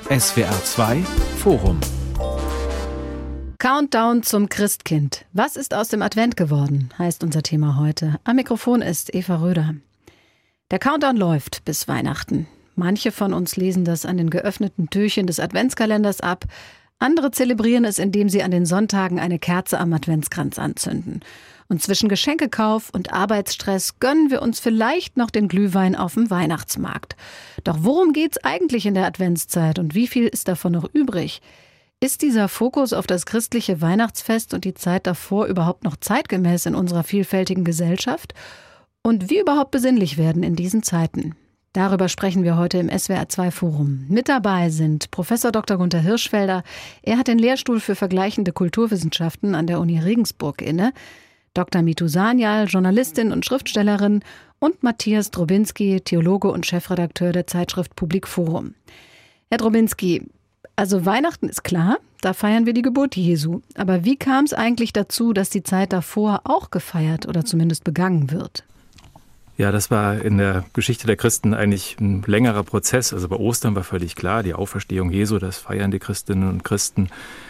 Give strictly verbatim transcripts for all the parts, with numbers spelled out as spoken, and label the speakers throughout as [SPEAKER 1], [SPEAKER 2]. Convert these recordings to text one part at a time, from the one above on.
[SPEAKER 1] S W R zwei Forum.
[SPEAKER 2] Countdown zum Christkind. Was ist aus dem Advent geworden, heißt unser Thema heute. Am Mikrofon ist Eva Röder. Der Countdown läuft bis Weihnachten. Manche von uns lesen das an den geöffneten Türchen des Adventskalenders ab. Andere zelebrieren es, indem sie an den Sonntagen eine Kerze am Adventskranz anzünden. Und zwischen Geschenkekauf und Arbeitsstress gönnen wir uns vielleicht noch den Glühwein auf dem Weihnachtsmarkt. Doch worum geht's eigentlich in der Adventszeit und wie viel ist davon noch übrig? Ist dieser Fokus auf das christliche Weihnachtsfest und die Zeit davor überhaupt noch zeitgemäß in unserer vielfältigen Gesellschaft? Und wie überhaupt besinnlich werden in diesen Zeiten? Darüber sprechen wir heute im S W R zwei Forum. Mit dabei sind Professor Doktor Gunther Hirschfelder. Er hat den Lehrstuhl für vergleichende Kulturwissenschaften an der Uni Regensburg inne. Doktor Mitu Sanyal, Journalistin und Schriftstellerin. Und Matthias Drobinski, Theologe und Chefredakteur der Zeitschrift Public Forum. Herr Drobinski, also Weihnachten ist klar, da feiern wir die Geburt Jesu. Aber wie kam es eigentlich dazu, dass die Zeit davor auch gefeiert oder zumindest begangen wird?
[SPEAKER 3] Ja, das war in der Geschichte der Christen eigentlich ein längerer Prozess. Also bei Ostern war völlig klar, die Auferstehung Jesu, das feiern die Christinnen und Christen.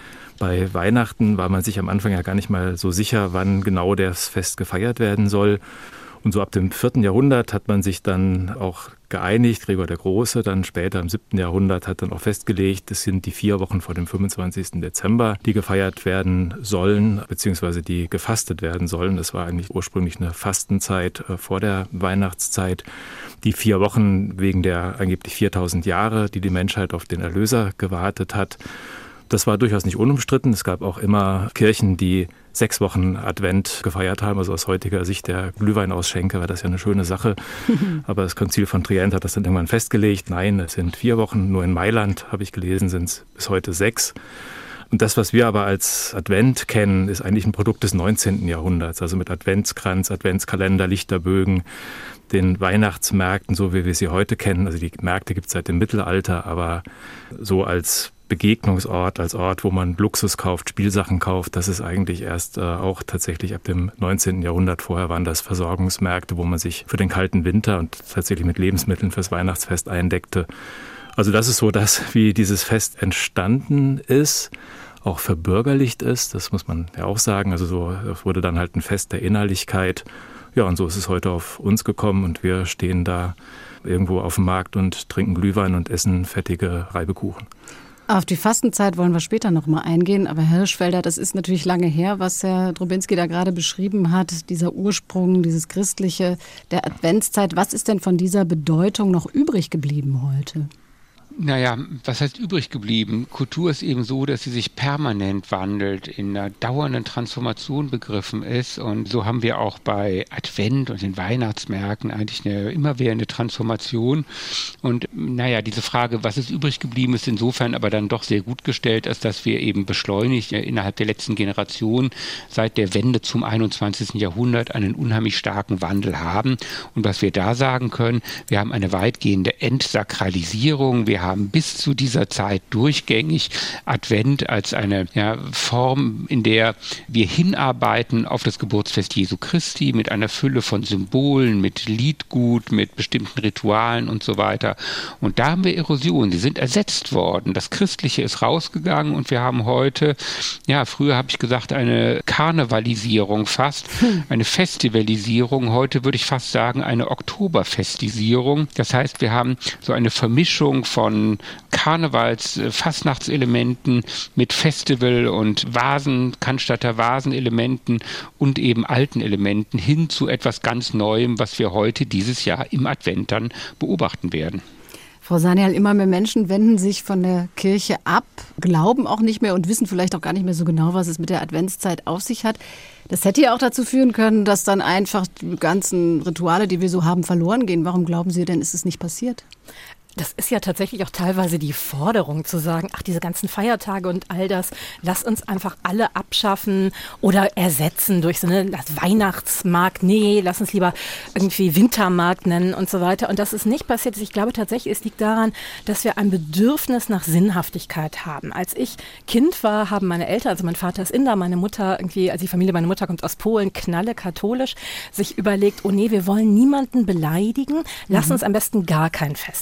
[SPEAKER 3] Bei Weihnachten war man sich am Anfang ja gar nicht mal so sicher, wann genau das Fest gefeiert werden soll. Und so ab dem vierten Jahrhundert hat man sich dann auch geeinigt, Gregor der Große, dann später im siebten Jahrhundert hat dann auch festgelegt, das sind die vier Wochen vor dem fünfundzwanzigsten Dezember, die gefeiert werden sollen, beziehungsweise die gefastet werden sollen. Das war eigentlich ursprünglich eine Fastenzeit vor der Weihnachtszeit. Die vier Wochen wegen der angeblich viertausend Jahre, die die Menschheit auf den Erlöser gewartet hat. Das war durchaus nicht unumstritten. Es gab auch immer Kirchen, die sechs Wochen Advent gefeiert haben. Also aus heutiger Sicht der Glühweinausschenke war das ja eine schöne Sache. Aber das Konzil von Trient hat das dann irgendwann festgelegt. Nein, es sind vier Wochen. Nur in Mailand, habe ich gelesen, sind es bis heute sechs. Und das, was wir aber als Advent kennen, ist eigentlich ein Produkt des neunzehnten Jahrhunderts. Also mit Adventskranz, Adventskalender, Lichterbögen, den Weihnachtsmärkten, so wie wir sie heute kennen. Also die Märkte gibt es seit dem Mittelalter, aber so als Begegnungsort, als Ort, wo man Luxus kauft, Spielsachen kauft, das ist eigentlich erst äh, auch tatsächlich ab dem neunzehnten Jahrhundert. Vorher waren das Versorgungsmärkte, wo man sich für den kalten Winter und tatsächlich mit Lebensmitteln fürs Weihnachtsfest eindeckte. Also das ist so das, wie dieses Fest entstanden ist, auch verbürgerlicht ist, das muss man ja auch sagen. Also so wurde dann halt ein Fest der Innerlichkeit. Ja, und so ist es heute auf uns gekommen und wir stehen da irgendwo auf dem Markt und trinken Glühwein und essen fettige Reibekuchen.
[SPEAKER 2] Auf die Fastenzeit wollen wir später noch mal eingehen, aber Herr Hirschfelder, das ist natürlich lange her, was Herr Drobinski da gerade beschrieben hat, dieser Ursprung, dieses Christliche der Adventszeit. Was ist denn von dieser Bedeutung noch übrig geblieben heute?
[SPEAKER 4] Naja, was heißt übrig geblieben? Kultur ist eben so, dass sie sich permanent wandelt, in einer dauernden Transformation begriffen ist. Und so haben wir auch bei Advent und den Weihnachtsmärkten eigentlich eine immerwährende Transformation. Und naja, diese Frage, was ist übrig geblieben, ist insofern aber dann doch sehr gut gestellt, als dass wir eben beschleunigt innerhalb der letzten Generation seit der Wende zum einundzwanzigsten Jahrhundert einen unheimlich starken Wandel haben. Und was wir da sagen können, wir haben eine weitgehende Entsakralisierung. Wir haben bis zu dieser Zeit durchgängig Advent als eine ja, Form, in der wir hinarbeiten auf das Geburtsfest Jesu Christi mit einer Fülle von Symbolen, mit Liedgut, mit bestimmten Ritualen und so weiter. Und da haben wir Erosion. Sie sind ersetzt worden. Das Christliche ist rausgegangen und wir haben heute, ja, früher habe ich gesagt, eine Karnevalisierung fast, eine Festivalisierung. Heute würde ich fast sagen, eine Oktoberfestisierung. Das heißt, wir haben so eine Vermischung von Karnevals-, Fastnachtselementen mit Festival- und Vasen, Cannstatter Vasenelementen und eben alten Elementen hin zu etwas ganz Neuem, was wir heute dieses Jahr im Advent dann beobachten werden.
[SPEAKER 2] Frau Sanyal, immer mehr Menschen wenden sich von der Kirche ab, glauben auch nicht mehr und wissen vielleicht auch gar nicht mehr so genau, was es mit der Adventszeit auf sich hat. Das hätte ja auch dazu führen können, dass dann einfach die ganzen Rituale, die wir so haben, verloren gehen. Warum glauben Sie denn, ist es nicht passiert?
[SPEAKER 5] Das ist ja tatsächlich auch teilweise die Forderung zu sagen, ach, diese ganzen Feiertage und all das, lass uns einfach alle abschaffen oder ersetzen durch so eine Weihnachtsmarkt. Nee, lass uns lieber irgendwie Wintermarkt nennen und so weiter. Und das ist nicht passiert. Ich glaube tatsächlich, es liegt daran, dass wir ein Bedürfnis nach Sinnhaftigkeit haben. Als ich Kind war, haben meine Eltern, also mein Vater ist Inder, meine Mutter irgendwie, also die Familie meiner Mutter kommt aus Polen, knalle katholisch, sich überlegt, oh nee, wir wollen niemanden beleidigen, lass mhm. uns am besten gar kein Fest feiern.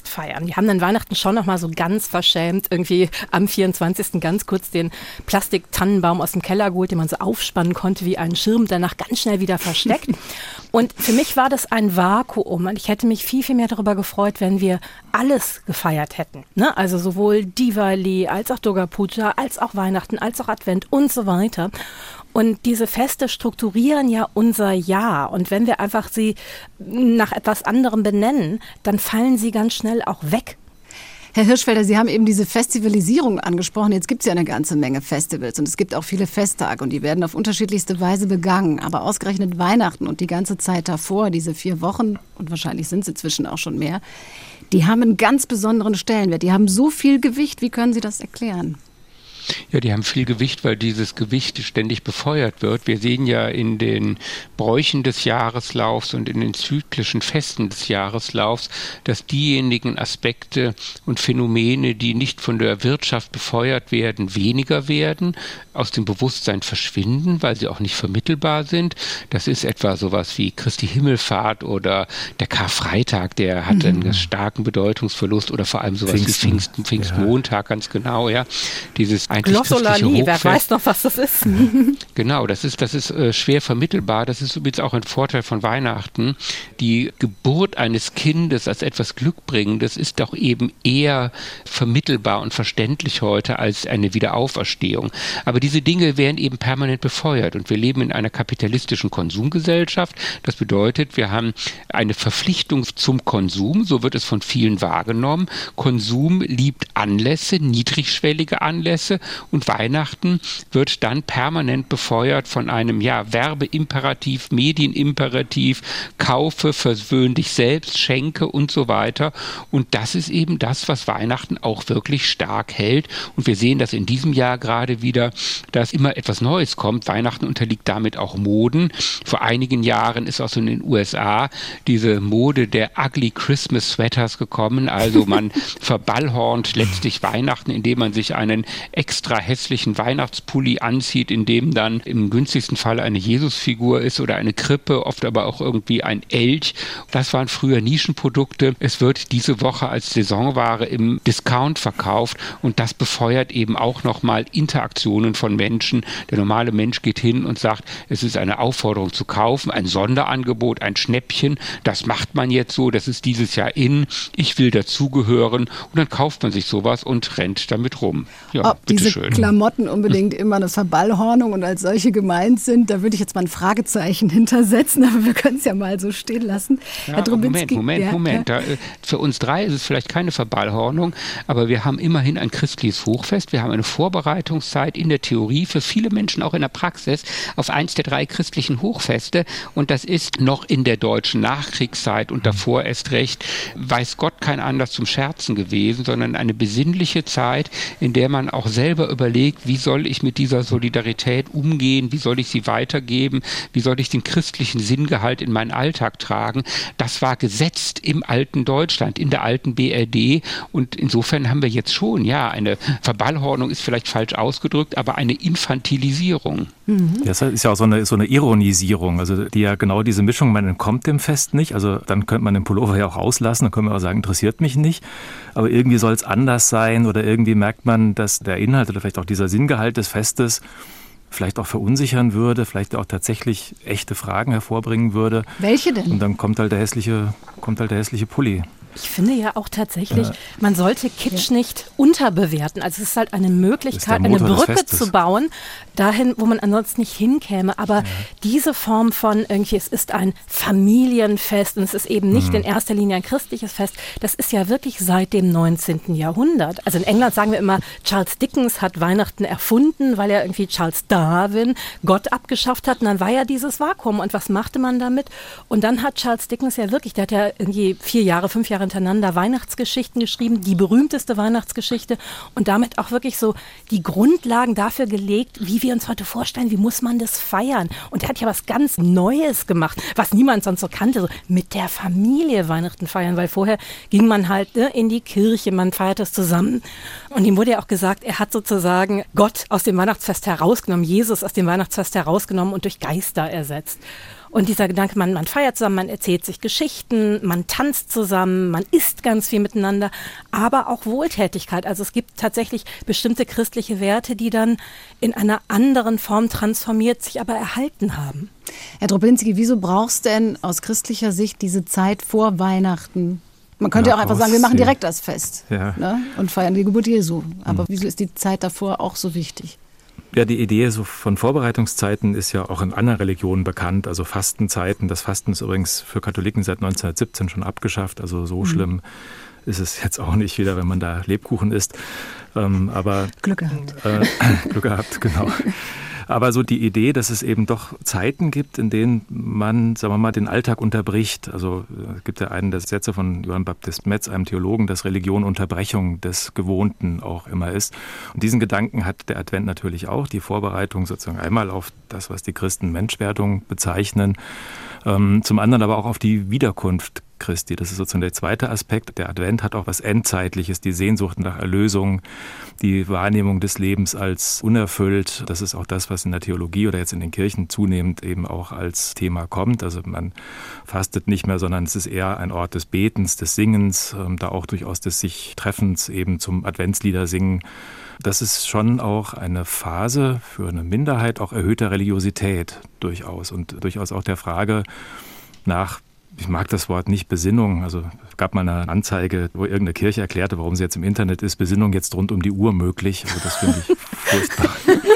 [SPEAKER 5] feiern. Wir haben dann Weihnachten schon nochmal so ganz verschämt irgendwie am vierundzwanzigsten ganz kurz den Plastik-Tannenbaum aus dem Keller geholt, den man so aufspannen konnte wie einen Schirm, danach ganz schnell wieder versteckt. Und für mich war das ein Vakuum und ich hätte mich viel, viel mehr darüber gefreut, wenn wir alles gefeiert hätten. Ne? Also sowohl Diwali als auch Durga Puja, als auch Weihnachten, als auch Advent und so weiter. Und diese Feste strukturieren ja unser Jahr. Und wenn wir einfach sie nach etwas anderem benennen, dann fallen sie ganz schnell auch weg.
[SPEAKER 2] Herr Hirschfelder, Sie haben eben diese Festivalisierung angesprochen. Jetzt gibt es ja eine ganze Menge Festivals und es gibt auch viele Festtage und die werden auf unterschiedlichste Weise begangen. Aber ausgerechnet Weihnachten und die ganze Zeit davor, diese vier Wochen, und wahrscheinlich sind es inzwischen auch schon mehr, die haben einen ganz besonderen Stellenwert. Die haben so viel Gewicht. Wie können Sie das erklären?
[SPEAKER 4] Ja, die haben viel Gewicht, weil dieses Gewicht ständig befeuert wird. Wir sehen ja in den Bräuchen des Jahreslaufs und in den zyklischen Festen des Jahreslaufs, dass diejenigen Aspekte und Phänomene, die nicht von der Wirtschaft befeuert werden, weniger werden, aus dem Bewusstsein verschwinden, weil sie auch nicht vermittelbar sind. Das ist etwa sowas wie Christi Himmelfahrt oder der Karfreitag, der hat mhm. einen starken Bedeutungsverlust, oder vor allem sowas Pfingsten. wie Pfingsten, Pfingstmontag, ja. ganz genau, ja. Dieses
[SPEAKER 5] Glossolalie, wer weiß noch, was das ist.
[SPEAKER 4] Genau, das ist, das ist äh, schwer vermittelbar. Das ist übrigens auch ein Vorteil von Weihnachten. Die Geburt eines Kindes als etwas Glückbringendes ist doch eben eher vermittelbar und verständlich heute als eine Wiederauferstehung. Aber diese Dinge werden eben permanent befeuert und wir leben in einer kapitalistischen Konsumgesellschaft. Das bedeutet, wir haben eine Verpflichtung zum Konsum, so wird es von vielen wahrgenommen. Konsum liebt Anlässe, niedrigschwellige Anlässe. Und Weihnachten wird dann permanent befeuert von einem ja, Werbeimperativ, Medienimperativ, kaufe, versöhn dich selbst, schenke und so weiter. Und das ist eben das, was Weihnachten auch wirklich stark hält. Und wir sehen das in diesem Jahr gerade wieder, dass immer etwas Neues kommt. Weihnachten unterliegt damit auch Moden. Vor einigen Jahren ist auch so in den U S A diese Mode der Ugly Christmas Sweaters gekommen. Also man verballhornt letztlich Weihnachten, indem man sich einen extra hässlichen Weihnachtspulli anzieht, in dem dann im günstigsten Fall eine Jesusfigur ist oder eine Krippe, oft aber auch irgendwie ein Elch. Das waren früher Nischenprodukte. Es wird diese Woche als Saisonware im Discount verkauft und das befeuert eben auch nochmal Interaktionen von Menschen. Der normale Mensch geht hin und sagt, es ist eine Aufforderung zu kaufen, ein Sonderangebot, ein Schnäppchen. Das macht man jetzt so, das ist dieses Jahr in. Ich will dazugehören und dann kauft man sich sowas und rennt damit rum. Ja,
[SPEAKER 2] Ob diese schön. Klamotten unbedingt immer eine Verballhornung und als solche gemeint sind, da würde ich jetzt mal ein Fragezeichen hintersetzen, aber wir können es ja mal so stehen lassen.
[SPEAKER 4] Ja, Herr Moment, Moment, ja, Moment. Ja. Da, für uns drei ist es vielleicht keine Verballhornung, aber wir haben immerhin ein christliches Hochfest. Wir haben eine Vorbereitungszeit in der Theorie, für viele Menschen auch in der Praxis, auf eins der drei christlichen Hochfeste. Und das ist noch in der deutschen Nachkriegszeit und davor erst recht, weiß Gott, kein Anlass zum Scherzen gewesen, sondern eine besinnliche Zeit, in der man auch selber überlegt, wie soll ich mit dieser Solidarität umgehen, wie soll ich sie weitergeben, wie soll ich den christlichen Sinngehalt in meinen Alltag tragen. Das war gesetzt im alten Deutschland, in der alten B R D und insofern haben wir jetzt schon, ja, eine Verballhornung ist vielleicht falsch ausgedrückt, aber eine Infantilisierung.
[SPEAKER 3] Mhm. Das ist ja auch so eine, so eine Ironisierung, also die ja genau diese Mischung, man entkommt dem Fest nicht, also dann könnte man den Pullover ja auch auslassen, dann können wir auch sagen, interessiert mich nicht, aber irgendwie soll es anders sein oder irgendwie merkt man, dass der Inhalt oder vielleicht auch dieser Sinngehalt des Festes vielleicht auch verunsichern würde, vielleicht auch tatsächlich echte Fragen hervorbringen würde.
[SPEAKER 2] Welche denn?
[SPEAKER 3] Und dann kommt halt der hässliche, kommt halt der hässliche Pulli.
[SPEAKER 5] Ich finde ja auch tatsächlich, man sollte Kitsch nicht unterbewerten. Also es ist halt eine Möglichkeit, eine Brücke zu bauen, dahin, wo man ansonsten nicht hinkäme. Aber ja. diese Form von irgendwie, es ist ein Familienfest und es ist eben nicht mhm. in erster Linie ein christliches Fest, das ist ja wirklich seit dem neunzehnten Jahrhundert. Also in England sagen wir immer, Charles Dickens hat Weihnachten erfunden, weil er irgendwie Charles Darwin Gott abgeschafft hat. Und dann war ja dieses Vakuum. Und was machte man damit? Und dann hat Charles Dickens ja wirklich, der hat ja irgendwie vier Jahre, fünf Jahre hintereinander Weihnachtsgeschichten geschrieben, die berühmteste Weihnachtsgeschichte und damit auch wirklich so die Grundlagen dafür gelegt, wie wir uns heute vorstellen, wie muss man das feiern. Und er hat ja was ganz Neues gemacht, was niemand sonst so kannte, so mit der Familie Weihnachten feiern, weil vorher ging man halt ne, in die Kirche, man feiert es zusammen. Und ihm wurde ja auch gesagt, er hat sozusagen Gott aus dem Weihnachtsfest herausgenommen, Jesus aus dem Weihnachtsfest herausgenommen und durch Geister ersetzt. Und dieser Gedanke, man, man feiert zusammen, man erzählt sich Geschichten, man tanzt zusammen, man isst ganz viel miteinander, aber auch Wohltätigkeit. Also es gibt tatsächlich bestimmte christliche Werte, die dann in einer anderen Form transformiert sich aber erhalten haben.
[SPEAKER 2] Herr Drobinski, wieso brauchst du denn aus christlicher Sicht diese Zeit vor Weihnachten? Man könnte ja auch einfach sagen, wir machen direkt das Fest, ja, ne, und feiern die Geburt Jesu. Aber mhm. wieso ist die Zeit davor auch so wichtig?
[SPEAKER 3] Ja, die Idee so von Vorbereitungszeiten ist ja auch in anderen Religionen bekannt, also Fastenzeiten. Das Fasten ist übrigens für Katholiken seit neunzehnhundertsiebzehn schon abgeschafft, also so mhm. schlimm ist es jetzt auch nicht wieder, wenn man da Lebkuchen isst. Ähm, aber
[SPEAKER 2] Glück gehabt.
[SPEAKER 3] Äh, Glück gehabt, genau. Aber so die Idee, dass es eben doch Zeiten gibt, in denen man, sagen wir mal, den Alltag unterbricht. Also es gibt ja einen der Sätze von Johann Baptist Metz, einem Theologen, dass Religion Unterbrechung des Gewohnten auch immer ist. Und diesen Gedanken hat der Advent natürlich auch, die Vorbereitung sozusagen einmal auf das, was die Christen Menschwerdung bezeichnen, ähm, zum anderen aber auch auf die Wiederkunft Christi. Das ist sozusagen der zweite Aspekt. Der Advent hat auch was Endzeitliches, die Sehnsucht nach Erlösung, die Wahrnehmung des Lebens als unerfüllt. Das ist auch das, was in der Theologie oder jetzt in den Kirchen zunehmend eben auch als Thema kommt. Also man fastet nicht mehr, sondern es ist eher ein Ort des Betens, des Singens, da auch durchaus des sich Treffens eben zum Adventslieder singen. Das ist schon auch eine Phase für eine Minderheit auch erhöhter Religiosität durchaus und durchaus auch der Frage nach, ich mag das Wort nicht Besinnung, also es gab mal eine Anzeige, wo irgendeine Kirche erklärte, warum sie jetzt im Internet ist, Besinnung jetzt rund um die Uhr möglich. Also das finde ich furchtbar.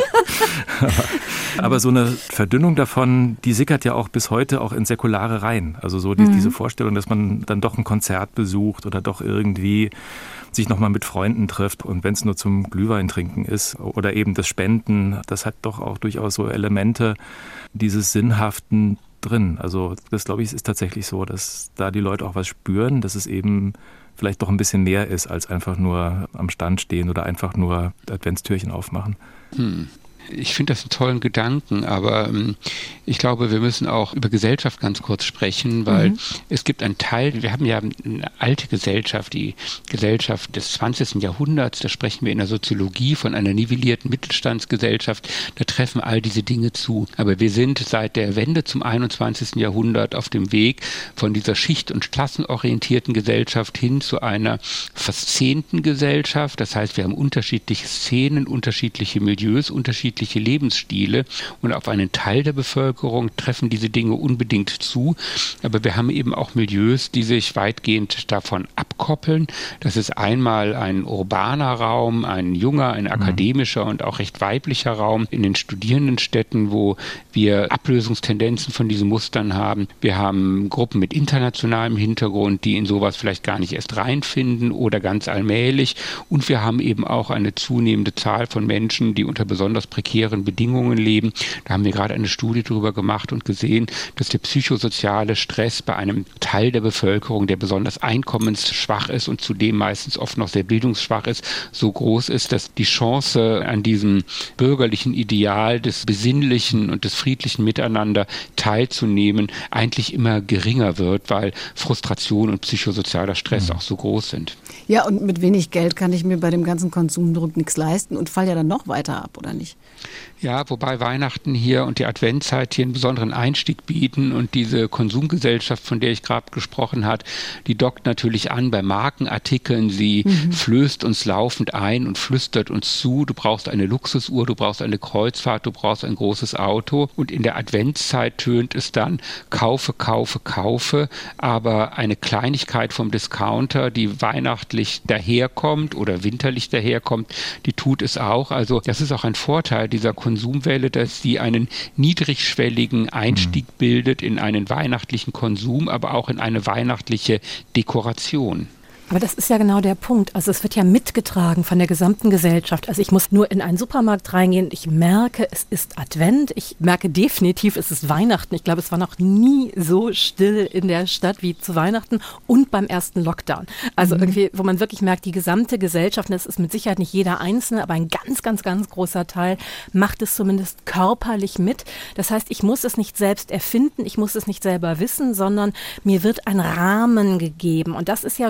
[SPEAKER 3] aber, aber so eine Verdünnung davon, die sickert ja auch bis heute auch in säkulare rein. Also so die, mhm. diese Vorstellung, dass man dann doch ein Konzert besucht oder doch irgendwie sich nochmal mit Freunden trifft und wenn es nur zum Glühwein trinken ist oder eben das Spenden, das hat doch auch durchaus so Elemente dieses Sinnhaften drin. Also das, glaube ich, ist tatsächlich so, dass da die Leute auch was spüren, dass es eben vielleicht doch ein bisschen mehr ist, als einfach nur am Stand stehen oder einfach nur Adventstürchen aufmachen.
[SPEAKER 4] Hm. Ich finde das einen tollen Gedanken, aber ähm, ich glaube, wir müssen auch über Gesellschaft ganz kurz sprechen, weil mhm. es gibt einen Teil, wir haben ja eine alte Gesellschaft, die Gesellschaft des zwanzigsten Jahrhunderts, da sprechen wir in der Soziologie von einer nivellierten Mittelstandsgesellschaft, da treffen all diese Dinge zu. Aber wir sind seit der Wende zum einundzwanzigsten Jahrhundert auf dem Weg von dieser schicht- und klassenorientierten Gesellschaft hin zu einer verszehnten Gesellschaft. Das heißt, wir haben unterschiedliche Szenen, unterschiedliche Milieus, unterschiedliche Lebensstile und auf einen Teil der Bevölkerung treffen diese Dinge unbedingt zu. Aber wir haben eben auch Milieus, die sich weitgehend davon abkoppeln. Das ist einmal ein urbaner Raum, ein junger, ein akademischer und auch recht weiblicher Raum in den Studierendenstädten, wo wir Ablösungstendenzen von diesen Mustern haben. Wir haben Gruppen mit internationalem Hintergrund, die in sowas vielleicht gar nicht erst reinfinden oder ganz allmählich. Und wir haben eben auch eine zunehmende Zahl von Menschen, die unter besonders prekären Bedingungen leben. Da haben wir gerade eine Studie darüber gemacht und gesehen, dass der psychosoziale Stress bei einem Teil der Bevölkerung, der besonders einkommensschwach ist und zudem meistens oft noch sehr bildungsschwach ist, so groß ist, dass die Chance an diesem bürgerlichen Ideal des besinnlichen und des friedlichen Miteinander teilzunehmen eigentlich immer geringer wird, weil Frustration und psychosozialer Stress mhm. auch so groß sind.
[SPEAKER 2] Ja, und mit wenig Geld kann ich mir bei dem ganzen Konsumdruck nichts leisten und falle ja dann noch weiter ab, oder nicht?
[SPEAKER 4] Ja, wobei Weihnachten hier und die Adventszeit hier einen besonderen Einstieg bieten und diese Konsumgesellschaft, von der ich gerade gesprochen habe, die dockt natürlich an bei Markenartikeln. Sie mhm. flößt uns laufend ein und flüstert uns zu, du brauchst eine Luxusuhr, du brauchst eine Kreuzfahrt, du brauchst ein großes Auto. Und in der Adventszeit tönt es dann, kaufe, kaufe, kaufe, aber eine Kleinigkeit vom Discounter, die weihnachtlich daherkommt oder winterlich daherkommt, die tut es auch. Also das ist auch ein Vorteil dieser Konsumwelle, dass sie einen niedrigschwelligen Einstieg mhm. bildet in einen weihnachtlichen Konsum, aber auch in eine weihnachtliche Dekoration.
[SPEAKER 5] Aber das ist ja genau der Punkt. Also es wird ja mitgetragen von der gesamten Gesellschaft. Also ich muss nur in einen Supermarkt reingehen. Ich merke, es ist Advent. Ich merke definitiv, es ist Weihnachten. Ich glaube, es war noch nie so still in der Stadt wie zu Weihnachten und beim ersten Lockdown. Also mhm. irgendwie, wo man wirklich merkt, die gesamte Gesellschaft, und das ist mit Sicherheit nicht jeder Einzelne, aber ein ganz, ganz, ganz großer Teil, macht es zumindest körperlich mit. Das heißt, ich muss es nicht selbst erfinden, ich muss es nicht selber wissen, sondern mir wird ein Rahmen gegeben. Und das ist ja schon das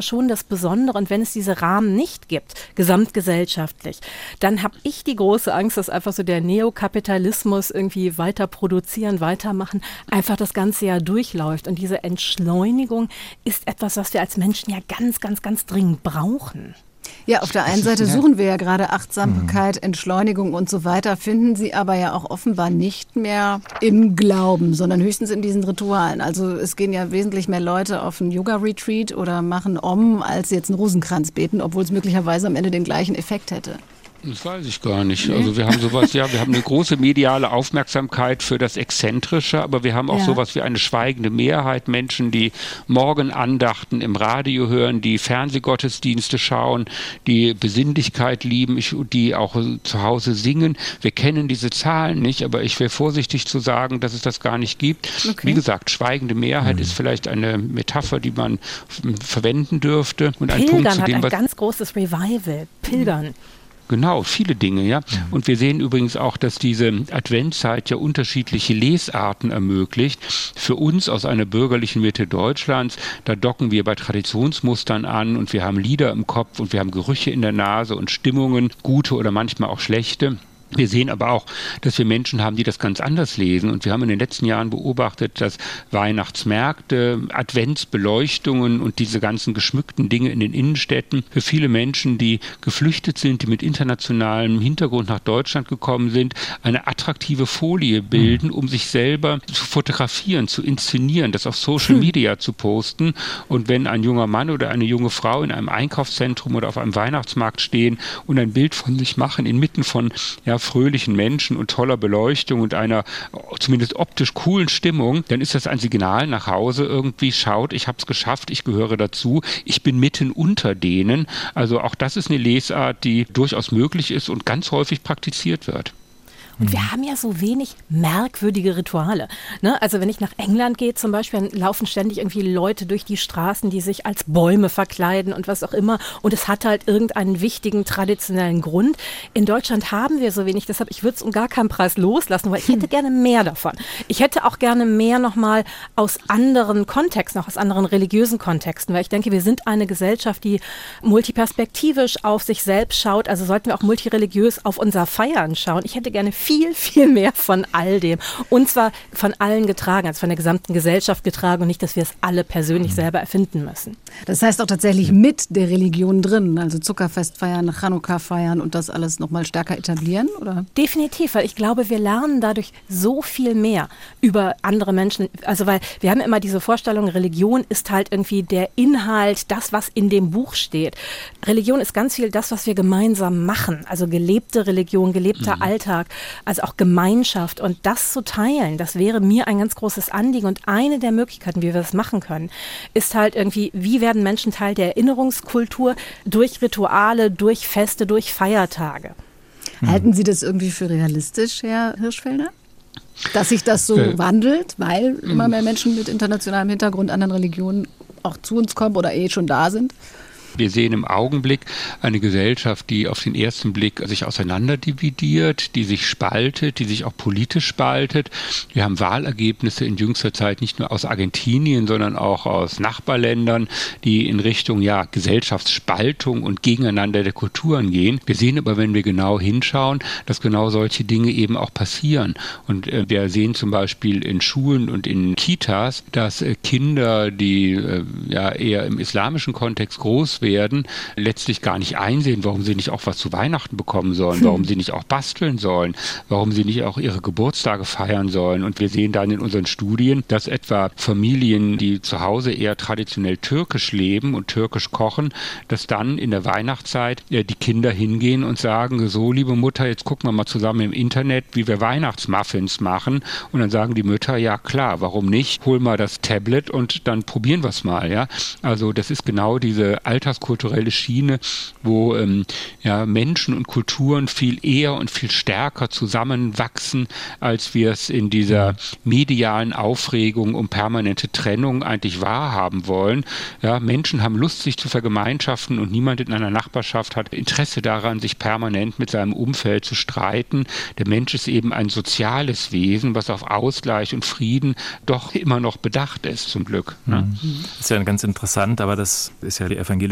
[SPEAKER 5] Besondere. Und wenn es diese Rahmen nicht gibt, gesamtgesellschaftlich, dann habe ich die große Angst, dass einfach so der Neokapitalismus irgendwie weiter produzieren, weitermachen, einfach das ganze Jahr durchläuft. Und diese Entschleunigung ist etwas, was wir als Menschen ja ganz, ganz, ganz dringend brauchen.
[SPEAKER 2] Ja, auf der einen Seite suchen wir ja gerade Achtsamkeit, Entschleunigung und so weiter, finden sie aber ja auch offenbar nicht mehr im Glauben, sondern höchstens in diesen Ritualen. Also es gehen ja wesentlich mehr Leute auf einen Yoga-Retreat oder machen Om, als jetzt einen Rosenkranz beten, obwohl es möglicherweise am Ende den gleichen Effekt hätte.
[SPEAKER 4] Das weiß ich gar nicht. Also wir haben sowas, ja, wir haben eine große mediale Aufmerksamkeit für das Exzentrische, aber wir haben auch ja. sowas wie eine schweigende Mehrheit, Menschen, die Morgenandachten im Radio hören, die Fernsehgottesdienste schauen, die Besinnlichkeit lieben, die auch zu Hause singen. Wir kennen diese Zahlen nicht, aber ich wäre vorsichtig zu sagen, dass es das gar nicht gibt. Okay. Wie gesagt, schweigende Mehrheit mhm. ist vielleicht eine Metapher, die man verwenden dürfte. Und ein
[SPEAKER 5] Pilgern
[SPEAKER 4] Punkt, zu dem,
[SPEAKER 5] hat ein
[SPEAKER 4] was
[SPEAKER 5] ganz großes Revival. Pilgern. Mhm.
[SPEAKER 4] Genau, viele Dinge, ja. Und wir sehen übrigens auch, dass diese Adventszeit ja unterschiedliche Lesarten ermöglicht. Für uns aus einer bürgerlichen Mitte Deutschlands, da docken wir bei Traditionsmustern an und wir haben Lieder im Kopf und wir haben Gerüche in der Nase und Stimmungen, gute oder manchmal auch schlechte. Wir sehen aber auch, dass wir Menschen haben, die das ganz anders lesen. Und wir haben in den letzten Jahren beobachtet, dass Weihnachtsmärkte, Adventsbeleuchtungen und diese ganzen geschmückten Dinge in den Innenstädten für viele Menschen, die geflüchtet sind, die mit internationalem Hintergrund nach Deutschland gekommen sind, eine attraktive Folie bilden, um sich selber zu fotografieren, zu inszenieren, das auf Social Media zu posten. Und wenn ein junger Mann oder eine junge Frau in einem Einkaufszentrum oder auf einem Weihnachtsmarkt stehen und ein Bild von sich machen, inmitten von ja, fröhlichen Menschen und toller Beleuchtung und einer zumindest optisch coolen Stimmung, dann ist das ein Signal nach Hause irgendwie, schaut, ich habe es geschafft, ich gehöre dazu, ich bin mitten unter denen. Also auch das ist eine Lesart, die durchaus möglich ist und ganz häufig praktiziert wird.
[SPEAKER 5] Und wir haben ja so wenig merkwürdige Rituale. Ne? Also wenn ich nach England gehe zum Beispiel, dann laufen ständig irgendwie Leute durch die Straßen, die sich als Bäume verkleiden und was auch immer. Und es hat halt irgendeinen wichtigen traditionellen Grund. In Deutschland haben wir so wenig, deshalb ich würde es um gar keinen Preis loslassen, weil ich hätte gerne mehr davon. Ich hätte auch gerne mehr nochmal aus anderen Kontexten, auch aus anderen religiösen Kontexten, weil ich denke, wir sind eine Gesellschaft, die multiperspektivisch auf sich selbst schaut. Also sollten wir auch multireligiös auf unser Feiern schauen. Ich hätte gerne viel, viel mehr von all dem. Und zwar von allen getragen, also von der gesamten Gesellschaft getragen und nicht, dass wir es alle persönlich selber erfinden müssen.
[SPEAKER 2] Das heißt auch tatsächlich mit der Religion drin, also Zuckerfest feiern, Chanukka feiern und das alles nochmal stärker etablieren, oder?
[SPEAKER 5] Definitiv, weil ich glaube, wir lernen dadurch so viel mehr über andere Menschen. Also weil wir haben immer diese Vorstellung, Religion ist halt irgendwie der Inhalt, das, was in dem Buch steht. Religion ist ganz viel das, was wir gemeinsam machen, also gelebte Religion, gelebter mhm. Alltag, also auch Gemeinschaft und das zu teilen, das wäre mir ein ganz großes Anliegen und eine der Möglichkeiten, wie wir das machen können, ist halt irgendwie, wie werden Menschen Teil der Erinnerungskultur durch Rituale, durch Feste, durch Feiertage.
[SPEAKER 2] Mhm. Halten Sie das irgendwie für realistisch, Herr Hirschfelder? Dass sich das so äh, wandelt, weil immer mehr Menschen mit internationalem Hintergrund, anderen Religionen auch zu uns kommen oder eh schon da sind?
[SPEAKER 4] Wir sehen im Augenblick eine Gesellschaft, die auf den ersten Blick sich auseinanderdividiert, die sich spaltet, die sich auch politisch spaltet. Wir haben Wahlergebnisse in jüngster Zeit nicht nur aus Argentinien, sondern auch aus Nachbarländern, die in Richtung ja, Gesellschaftsspaltung und Gegeneinander der Kulturen gehen. Wir sehen aber, wenn wir genau hinschauen, dass genau solche Dinge eben auch passieren. Und äh, wir sehen zum Beispiel in Schulen und in Kitas, dass äh, Kinder, die äh, ja eher im islamischen Kontext groß werden, letztlich gar nicht einsehen, warum sie nicht auch was zu Weihnachten bekommen sollen, warum sie nicht auch basteln sollen, warum sie nicht auch ihre Geburtstage feiern sollen. Und wir sehen dann in unseren Studien, dass etwa Familien, die zu Hause eher traditionell türkisch leben und türkisch kochen, dass dann in der Weihnachtszeit ja, die Kinder hingehen und sagen, so liebe Mutter, jetzt gucken wir mal zusammen im Internet, wie wir Weihnachtsmuffins machen. Und dann sagen die Mütter, ja klar, warum nicht? Hol mal das Tablet und dann probieren wir es mal. Ja? Also das ist genau diese Alltags kulturelle Schiene, wo ähm, ja, Menschen und Kulturen viel eher und viel stärker zusammenwachsen, als wir es in dieser medialen Aufregung um permanente Trennung eigentlich wahrhaben wollen. Ja, Menschen haben Lust, sich zu vergemeinschaften und niemand in einer Nachbarschaft hat Interesse daran, sich permanent mit seinem Umfeld zu streiten. Der Mensch ist eben ein soziales Wesen, was auf Ausgleich und Frieden doch immer noch bedacht ist, zum Glück. Ne?
[SPEAKER 3] Das ist ja ganz interessant, aber das ist ja die evangelische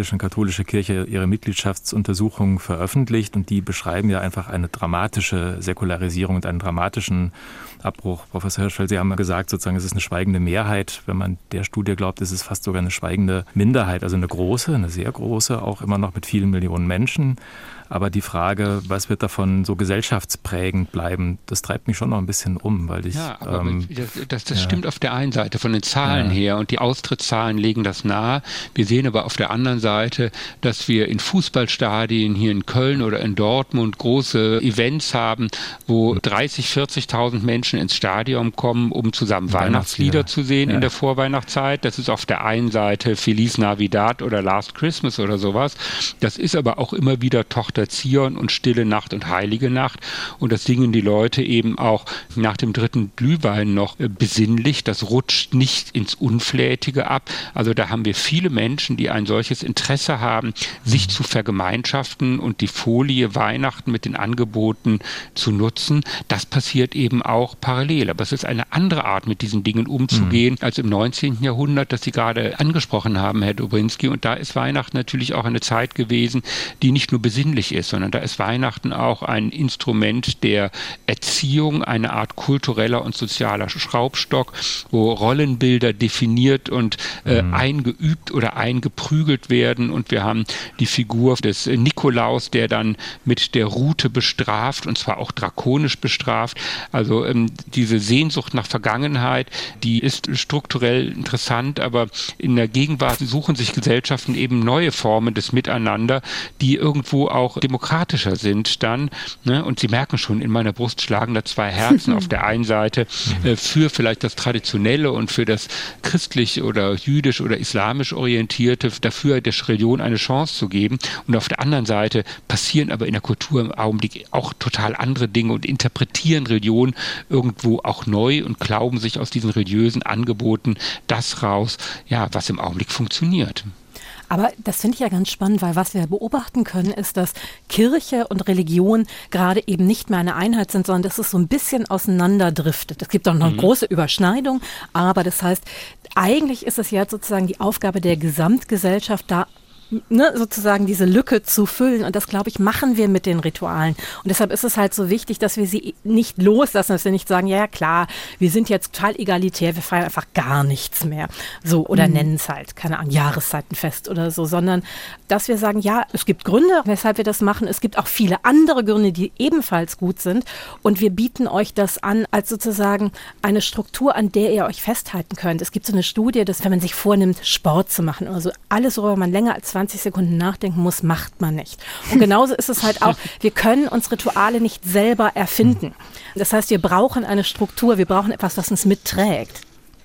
[SPEAKER 3] evangelische und katholische Kirche ihre Mitgliedschaftsuntersuchungen veröffentlicht und die beschreiben ja einfach eine dramatische Säkularisierung und einen dramatischen Abbruch. Professor Hirschfeld, Sie haben ja gesagt, sozusagen, es ist eine schweigende Mehrheit. Wenn man der Studie glaubt, ist es fast sogar eine schweigende Minderheit, also eine große, eine sehr große, auch immer noch mit vielen Millionen Menschen. Aber die Frage, was wird davon so gesellschaftsprägend bleiben, das treibt mich schon noch ein bisschen um, weil ich...
[SPEAKER 4] Ja, aber
[SPEAKER 3] ähm,
[SPEAKER 4] das, das, das
[SPEAKER 3] ja.
[SPEAKER 4] stimmt auf der einen Seite von den Zahlen
[SPEAKER 3] Ja.
[SPEAKER 4] her und die Austrittszahlen legen das nahe. Wir sehen aber auf der anderen Seite, dass wir in Fußballstadien hier in Köln oder in Dortmund große Events haben, wo dreißig, vierzigtausend Menschen ins Stadion kommen, um zusammen Weihnachtslieder, Weihnachtslieder zu sehen ja. in der Vorweihnachtszeit. Das ist auf der einen Seite Feliz Navidad oder Last Christmas oder sowas. Das ist aber auch immer wieder Tochter Zion und Stille Nacht und Heilige Nacht. Und das singen die Leute eben auch nach dem dritten Glühwein noch besinnlich. Das rutscht nicht ins Unflätige ab. Also da haben wir viele Menschen, die ein solches Interesse haben, sich zu vergemeinschaften und die Folie Weihnachten mit den Angeboten zu nutzen. Das passiert eben auch parallel. Aber es ist eine andere Art, mit diesen Dingen umzugehen, mhm. als im neunzehnten Jahrhundert, das Sie gerade angesprochen haben, Herr Dobrynski. Und da ist Weihnachten natürlich auch eine Zeit gewesen, die nicht nur besinnlich ist, sondern da ist Weihnachten auch ein Instrument der Erziehung, eine Art kultureller und sozialer Schraubstock, wo Rollenbilder definiert und äh, mhm. eingeübt oder eingeprügelt werden. Und wir haben die Figur des Nikolaus, der dann mit der Rute bestraft, und zwar auch drakonisch bestraft. Also ähm, diese Sehnsucht nach Vergangenheit, die ist strukturell interessant, aber in der Gegenwart suchen sich Gesellschaften eben neue Formen des Miteinander, die irgendwo auch demokratischer sind dann. Ne? Und Sie merken schon, in meiner Brust schlagen da zwei Herzen. Auf der einen Seite äh, für vielleicht das Traditionelle und für das christlich oder jüdisch oder islamisch orientierte, dafür der Religion eine Chance zu geben. Und auf der anderen Seite passieren aber in der Kultur im Augenblick auch total andere Dinge und interpretieren Religion irgendwo auch neu und glauben sich aus diesen religiösen Angeboten das raus, ja, was im Augenblick funktioniert.
[SPEAKER 5] Aber das finde ich ja ganz spannend, weil was wir beobachten können, ist, dass Kirche und Religion gerade eben nicht mehr eine Einheit sind, sondern dass es so ein bisschen auseinanderdriftet. Es gibt auch noch eine mhm. große Überschneidung, aber das heißt, eigentlich ist es jetzt sozusagen die Aufgabe der Gesamtgesellschaft, da Ne, sozusagen diese Lücke zu füllen. Und das, glaube ich, machen wir mit den Ritualen. Und deshalb ist es halt so wichtig, dass wir sie nicht loslassen, dass wir nicht sagen, ja, ja klar, wir sind jetzt total egalitär, wir feiern einfach gar nichts mehr. So, oder mhm. nennen es halt, keine Ahnung, Jahreszeitenfest oder so, sondern dass wir sagen, ja, es gibt Gründe, weshalb wir das machen. Es gibt auch viele andere Gründe, die ebenfalls gut sind. Und wir bieten euch das an als sozusagen eine Struktur, an der ihr euch festhalten könnt. Es gibt so eine Studie, dass wenn man sich vornimmt, Sport zu machen oder so, alles, worüber man länger als zwanzig Sekunden nachdenken muss, macht man nicht. Und genauso ist es halt auch, wir können uns Rituale nicht selber erfinden. Das heißt, wir brauchen eine Struktur, wir brauchen etwas, was uns mitträgt.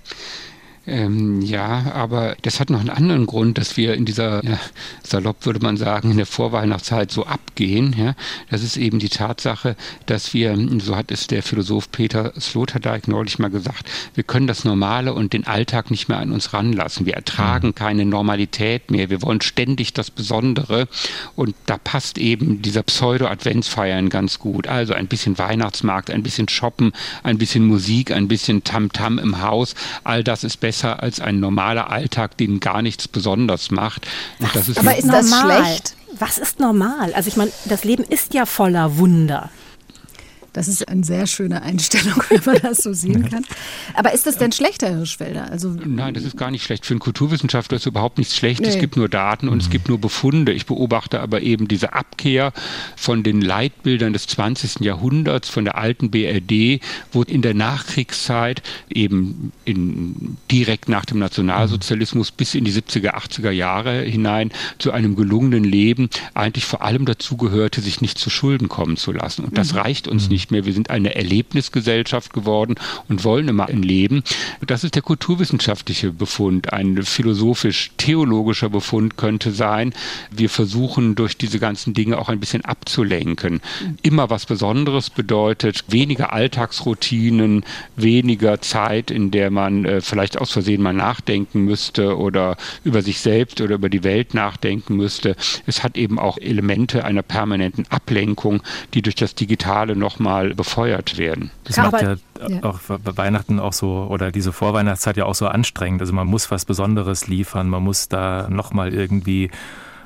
[SPEAKER 4] Ähm, ja, aber das hat noch einen anderen Grund, dass wir in dieser, ja, salopp würde man sagen, in der Vorweihnachtszeit so abgehen. Ja? Das ist eben die Tatsache, dass wir, so hat es der Philosoph Peter Sloterdijk neulich mal gesagt, wir können das Normale und den Alltag nicht mehr an uns ranlassen. Wir ertragen keine Normalität mehr. Wir wollen ständig das Besondere. Und da passt eben dieser Pseudo-Adventsfeiern ganz gut. Also ein bisschen Weihnachtsmarkt, ein bisschen Shoppen, ein bisschen Musik, ein bisschen Tamtam im Haus. All das ist besser als ein normaler Alltag, den gar nichts besonders macht. Und das ist
[SPEAKER 5] aber ist das schlecht? Was ist normal? Also ich meine, das Leben ist ja voller Wunder.
[SPEAKER 2] Das ist eine sehr schöne Einstellung, wenn man das so sehen kann. Aber ist das denn schlecht, Herr Hirschfelder? Also
[SPEAKER 4] Nein, das ist gar nicht schlecht. Für einen Kulturwissenschaftler ist überhaupt nichts schlecht.
[SPEAKER 2] Nee.
[SPEAKER 4] Es gibt nur Daten und es gibt nur Befunde. Ich beobachte aber eben diese Abkehr von den Leitbildern des zwanzigsten Jahrhunderts, von der alten B R D, wo in der Nachkriegszeit eben in, direkt nach dem Nationalsozialismus bis in die siebziger, achtziger Jahre hinein zu einem gelungenen Leben eigentlich vor allem dazu gehörte, sich nicht zu Schulden kommen zu lassen. Und das mhm. reicht uns nicht mehr. Wir sind eine Erlebnisgesellschaft geworden und wollen immer ein Leben. Das ist der kulturwissenschaftliche Befund. Ein philosophisch-theologischer Befund könnte sein, wir versuchen durch diese ganzen Dinge auch ein bisschen abzulenken. Immer was Besonderes bedeutet weniger Alltagsroutinen, weniger Zeit, in der man äh, vielleicht aus Versehen mal nachdenken müsste oder über sich selbst oder über die Welt nachdenken müsste. Es hat eben auch Elemente einer permanenten Ablenkung, die durch das Digitale nochmal befeuert werden.
[SPEAKER 3] Das
[SPEAKER 5] Ja,
[SPEAKER 3] macht ja,
[SPEAKER 2] ja.
[SPEAKER 3] auch Weihnachten auch so, oder diese Vorweihnachtszeit ja auch so anstrengend. Also man muss was Besonderes liefern, man muss da nochmal irgendwie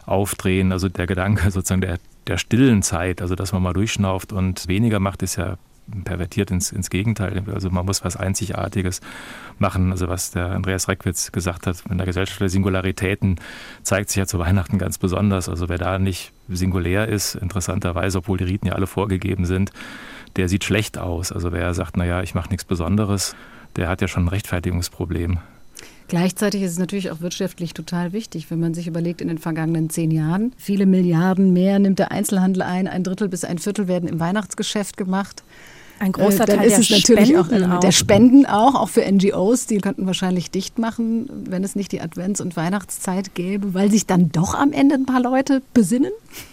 [SPEAKER 3] aufdrehen. Also der Gedanke sozusagen der, der stillen Zeit, also dass man mal durchschnauft und weniger macht, ist ja pervertiert ins, ins Gegenteil. Also man muss was Einzigartiges machen. Also was der Andreas Reckwitz gesagt hat, in der Gesellschaft der Singularitäten zeigt sich ja zu Weihnachten ganz besonders. Also wer da nicht singulär ist, interessanterweise, obwohl die Riten ja alle vorgegeben sind, der sieht schlecht aus. Also wer sagt, naja, ich mache nichts Besonderes, der hat ja schon ein Rechtfertigungsproblem.
[SPEAKER 2] Gleichzeitig ist es natürlich auch wirtschaftlich total wichtig, wenn man sich überlegt, in den vergangenen zehn Jahren, viele Milliarden mehr nimmt der Einzelhandel ein, ein Drittel bis ein Viertel werden im Weihnachtsgeschäft gemacht.
[SPEAKER 5] Ein großer
[SPEAKER 2] äh, dann
[SPEAKER 5] Teil
[SPEAKER 2] ist
[SPEAKER 5] der
[SPEAKER 2] es natürlich
[SPEAKER 5] Spenden
[SPEAKER 2] auch,
[SPEAKER 5] auch.
[SPEAKER 2] Der Spenden auch, auch für N G Os, die könnten wahrscheinlich dicht machen, wenn es nicht die Advents- und Weihnachtszeit gäbe, weil sich dann doch am Ende ein paar Leute besinnen.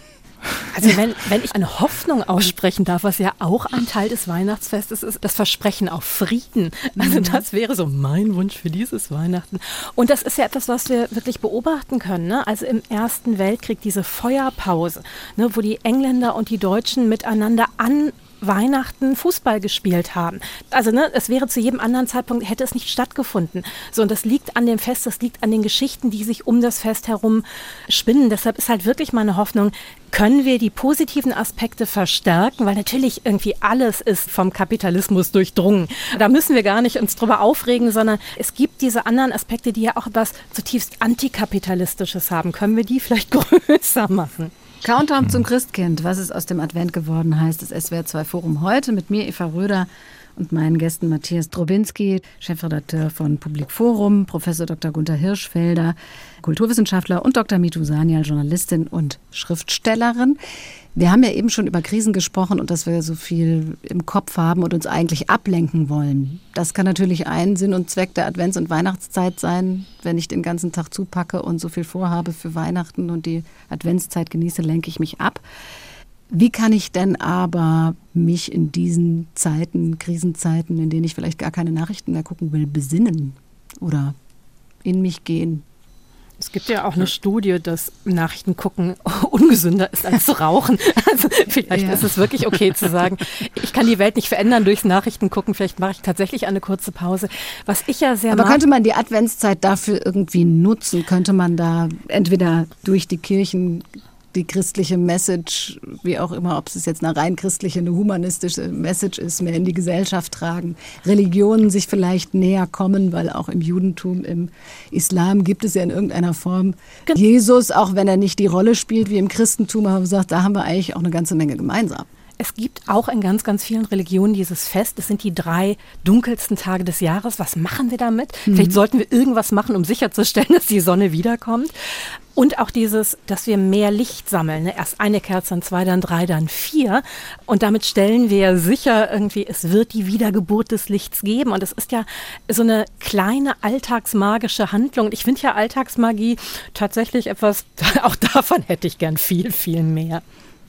[SPEAKER 5] Also wenn, wenn ich eine Hoffnung aussprechen darf, was ja auch ein Teil des Weihnachtsfestes ist, das Versprechen auf Frieden. Also das wäre so mein Wunsch für dieses Weihnachten. Und das ist ja etwas, was wir wirklich beobachten können. Ne? Also im Ersten Weltkrieg diese Feuerpause, ne, wo die Engländer und die Deutschen miteinander an Weihnachten Fußball gespielt haben. Also ne, es wäre zu jedem anderen Zeitpunkt, hätte es nicht stattgefunden. So, und das liegt an dem Fest, das liegt an den Geschichten, die sich um das Fest herum spinnen. Deshalb ist halt wirklich meine Hoffnung, können wir die positiven Aspekte verstärken, weil natürlich irgendwie alles ist vom Kapitalismus durchdrungen. Da müssen wir gar nicht uns drüber aufregen, sondern es gibt diese anderen Aspekte, die ja auch etwas zutiefst Antikapitalistisches haben. Können wir die vielleicht größer machen?
[SPEAKER 2] Countdown zum Christkind, was ist aus dem Advent geworden, heißt das S W R zwei Forum heute mit mir, Eva Röder, und meinen Gästen Matthias Drobinski, Chefredakteur von Public Forum, Professor Doktor Gunther Hirschfelder, Kulturwissenschaftler, und Doktor Mitu Sanyal, Journalistin und Schriftstellerin. Wir haben ja eben schon über Krisen gesprochen und dass wir so viel im Kopf haben und uns eigentlich ablenken wollen. Das kann natürlich ein Sinn und Zweck der Advents- und Weihnachtszeit sein. Wenn ich den ganzen Tag zupacke und so viel vorhabe für Weihnachten und die Adventszeit genieße, lenke ich mich ab. Wie kann ich denn aber mich in diesen Zeiten, Krisenzeiten, in denen ich vielleicht gar keine Nachrichten mehr gucken will, besinnen oder in mich gehen?
[SPEAKER 5] Es gibt ja auch eine Studie, dass Nachrichten gucken ungesünder ist als Rauchen. Also vielleicht ja. ist es wirklich okay zu sagen, ich kann die Welt nicht verändern durchs Nachrichten gucken, vielleicht mache ich tatsächlich eine kurze Pause. Was ich ja sehr
[SPEAKER 2] Aber
[SPEAKER 5] mag,
[SPEAKER 2] könnte man die Adventszeit dafür irgendwie nutzen? Könnte man da entweder durch die Kirchen die christliche Message, wie auch immer, ob es jetzt eine rein christliche, eine humanistische Message ist, mehr in die Gesellschaft tragen, Religionen sich vielleicht näher kommen, weil auch im Judentum, im Islam gibt es ja in irgendeiner Form Jesus, auch wenn er nicht die Rolle spielt wie im Christentum, aber sagt, da haben wir eigentlich auch eine ganze Menge gemeinsam.
[SPEAKER 5] Es gibt auch in ganz, ganz vielen Religionen dieses Fest. Es sind die drei dunkelsten Tage des Jahres. Was machen wir damit? Mhm. Vielleicht sollten wir irgendwas machen, um sicherzustellen, dass die Sonne wiederkommt. Und auch dieses, dass wir mehr Licht sammeln. Ne? Erst eine Kerze, dann zwei, dann drei, dann vier. Und damit stellen wir sicher irgendwie, es wird die Wiedergeburt des Lichts geben. Und es ist ja so eine kleine alltagsmagische Handlung. Und ich finde ja Alltagsmagie tatsächlich etwas, auch davon hätte ich gern viel, viel mehr.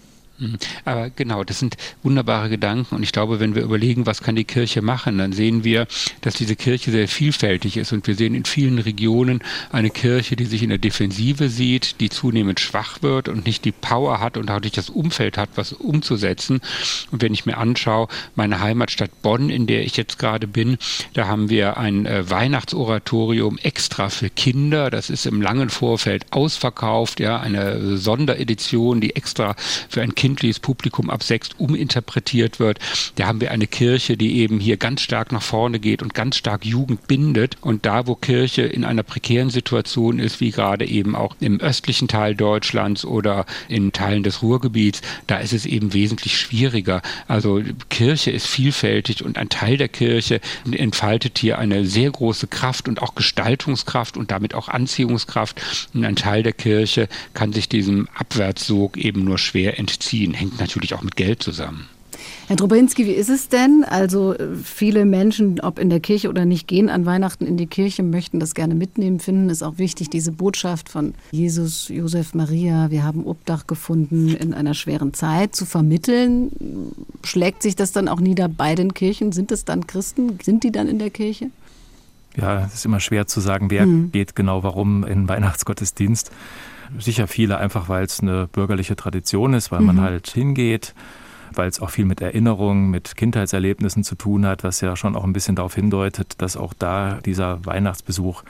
[SPEAKER 4] Aber genau, das sind wunderbare Gedanken und ich glaube, wenn wir überlegen, was kann die Kirche machen, dann sehen wir, dass diese Kirche sehr vielfältig ist und wir sehen in vielen Regionen eine Kirche, die sich in der Defensive sieht, die zunehmend schwach wird und nicht die Power hat und auch nicht das Umfeld hat, was umzusetzen. Und wenn ich mir anschaue, meine Heimatstadt Bonn, in der ich jetzt gerade bin, da haben wir ein äh, Weihnachtsoratorium extra für Kinder, das ist im langen Vorfeld ausverkauft, ja, eine Sonderedition, die extra für ein kindliches Publikum ab sechs uminterpretiert wird. Da haben wir eine Kirche, die eben hier ganz stark nach vorne geht und ganz stark Jugend bindet. Und da, wo Kirche in einer prekären Situation ist, wie gerade eben auch im östlichen Teil Deutschlands oder in Teilen des Ruhrgebiets, da ist es eben wesentlich schwieriger. Also Kirche ist vielfältig und ein Teil der Kirche entfaltet hier eine sehr große Kraft und auch Gestaltungskraft und damit auch Anziehungskraft. Und ein Teil der Kirche kann sich diesem Abwärtssog eben nur schwer entziehen. Hängt natürlich auch mit Geld zusammen.
[SPEAKER 2] Herr Drobinski, wie ist es denn? Also viele Menschen, ob in der Kirche oder nicht, gehen an Weihnachten in die Kirche, möchten das gerne mitnehmen, finden es auch wichtig, diese Botschaft von Jesus, Josef, Maria, wir haben Obdach gefunden in einer schweren Zeit zu vermitteln. Schlägt sich das dann auch nieder bei den Kirchen? Sind es dann Christen? Sind die dann in der Kirche?
[SPEAKER 3] Ja, es ist immer schwer zu sagen, wer hm. geht genau warum in den Weihnachtsgottesdienst. Sicher viele einfach, weil es eine bürgerliche Tradition ist, weil mhm. man halt hingeht, weil es auch viel mit Erinnerungen, mit Kindheitserlebnissen zu tun hat, was ja schon auch ein bisschen darauf hindeutet, dass auch da dieser Weihnachtsbesuch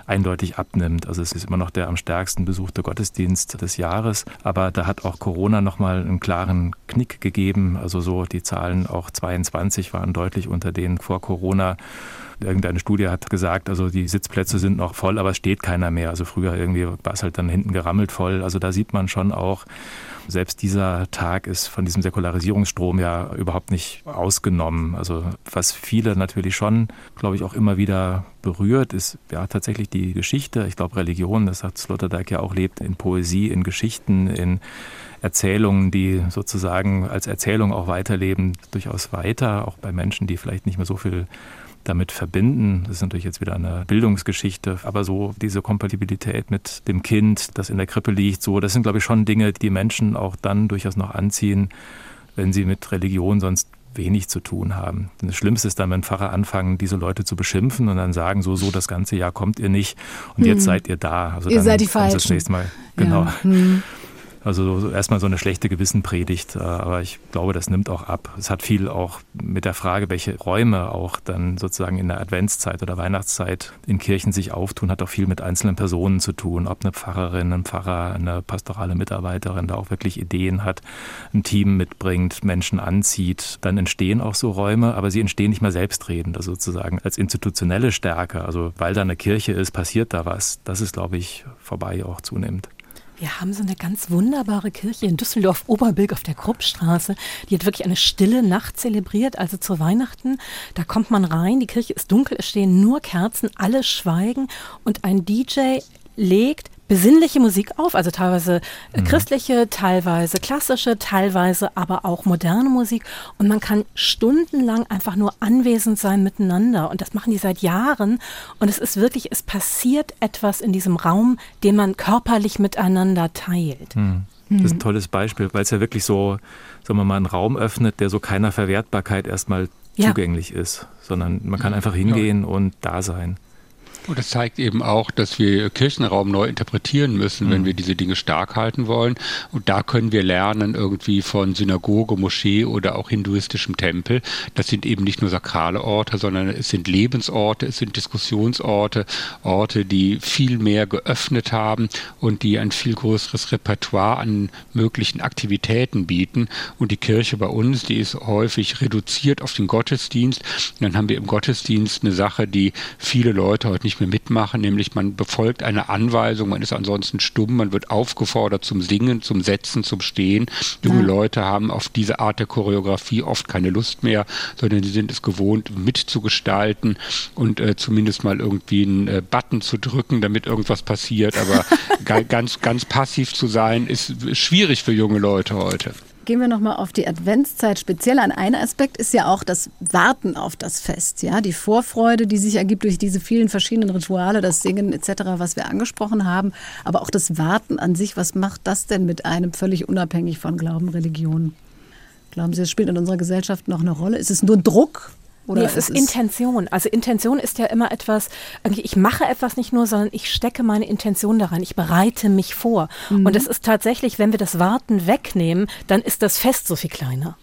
[SPEAKER 3] eindeutig abnimmt. Also es ist immer noch der am stärksten besuchte Gottesdienst des Jahres, aber da hat auch Corona nochmal einen klaren Knick gegeben. Also so die Zahlen auch zweiundzwanzig waren deutlich unter denen vor Corona. Irgendeine Studie hat gesagt, also die Sitzplätze sind noch voll, aber es steht keiner mehr. Also früher irgendwie war es halt dann hinten gerammelt voll. Also da sieht man schon auch, selbst dieser Tag ist von diesem Säkularisierungsstrom ja überhaupt nicht ausgenommen. Also was viele natürlich schon, glaube ich, auch immer wieder berührt, ist ja tatsächlich die Geschichte. Ich glaube, Religion, das hat Sloterdijk ja auch, lebt in Poesie, in Geschichten, in Erzählungen, die sozusagen als Erzählung auch weiterleben, durchaus weiter, auch bei Menschen, die vielleicht nicht mehr so viel damit verbinden. Das ist natürlich jetzt wieder eine Bildungsgeschichte, aber so diese Kompatibilität mit dem Kind, das in der Krippe liegt, so, das sind, glaube ich, schon Dinge, die Menschen auch dann durchaus noch anziehen, wenn sie mit Religion sonst wenig zu tun haben. Das Schlimmste ist dann, wenn Pfarrer anfangen, diese Leute zu beschimpfen und dann sagen, so, so, das ganze Jahr kommt ihr nicht und hm. jetzt seid ihr da. Also
[SPEAKER 2] ihr
[SPEAKER 3] dann
[SPEAKER 2] seid die
[SPEAKER 3] kommt
[SPEAKER 2] Falschen.
[SPEAKER 3] Das nächste Mal. Genau.
[SPEAKER 2] Ja. Hm.
[SPEAKER 3] Also so erstmal so eine schlechte Gewissenpredigt, aber ich glaube, das nimmt auch ab. Es hat viel auch mit der Frage, welche Räume auch dann sozusagen in der Adventszeit oder Weihnachtszeit in Kirchen sich auftun, hat auch viel mit einzelnen Personen zu tun. Ob eine Pfarrerin, ein Pfarrer, eine pastorale Mitarbeiterin da auch wirklich Ideen hat, ein Team mitbringt, Menschen anzieht, dann entstehen auch so Räume, aber sie entstehen nicht mehr selbstredend, also sozusagen als institutionelle Stärke. Also weil da eine Kirche ist, passiert da was. Das ist, glaube ich, vorbei auch zunehmend.
[SPEAKER 5] Wir haben so eine ganz wunderbare Kirche in Düsseldorf-Oberbilk auf der Kruppstraße. Die hat wirklich eine stille Nacht zelebriert, also zu Weihnachten. Da kommt man rein, die Kirche ist dunkel, es stehen nur Kerzen, alle schweigen und ein D J legt besinnliche Musik auf, also teilweise mhm. christliche, teilweise klassische, teilweise aber auch moderne Musik. Und man kann stundenlang einfach nur anwesend sein miteinander. Und das machen die seit Jahren. Und es ist wirklich, es passiert etwas in diesem Raum, den man körperlich miteinander teilt.
[SPEAKER 3] Mhm. Das ist ein tolles Beispiel, weil es ja wirklich so, sagen wir mal, einen Raum öffnet, der so keiner Verwertbarkeit erstmal
[SPEAKER 5] ja.
[SPEAKER 3] zugänglich ist, sondern man kann einfach hingehen ja. und da sein.
[SPEAKER 4] Und das zeigt eben auch, dass wir Kirchenraum neu interpretieren müssen, mhm. wenn wir diese Dinge stark halten wollen. Und da können wir lernen irgendwie von Synagoge, Moschee oder auch hinduistischem Tempel. Das sind eben nicht nur sakrale Orte, sondern es sind Lebensorte, es sind Diskussionsorte, Orte, die viel mehr geöffnet haben und die ein viel größeres Repertoire an möglichen Aktivitäten bieten. Und die Kirche bei uns, die ist häufig reduziert auf den Gottesdienst. Und dann haben wir im Gottesdienst eine Sache, die viele Leute heute nicht mehr mitmachen, nämlich man befolgt eine Anweisung, man ist ansonsten stumm, man wird aufgefordert zum Singen, zum Setzen, zum Stehen. Junge ja. Leute haben auf diese Art der Choreografie oft keine Lust mehr, sondern sie sind es gewohnt, mitzugestalten und äh, zumindest mal irgendwie einen äh, Button zu drücken, damit irgendwas passiert. Aber ganz, ganz passiv zu sein, ist schwierig für junge Leute heute.
[SPEAKER 2] Gehen wir nochmal auf die Adventszeit speziell an. Ein Aspekt ist ja auch das Warten auf das Fest, ja, die Vorfreude, die sich ergibt durch diese vielen verschiedenen Rituale, das Singen et cetera, was wir angesprochen haben, aber auch das Warten an sich. Was macht das denn mit einem völlig unabhängig von Glauben, Religion? Glauben Sie, es spielt in unserer Gesellschaft noch eine Rolle? Ist es nur Druck? Oder
[SPEAKER 5] nee, es ist Intention. Also Intention ist ja immer etwas, ich mache etwas nicht nur, sondern ich stecke meine Intention da rein. Ich bereite mich vor. Mhm. Und es ist tatsächlich, wenn wir das Warten wegnehmen, dann ist das Fest so viel kleiner.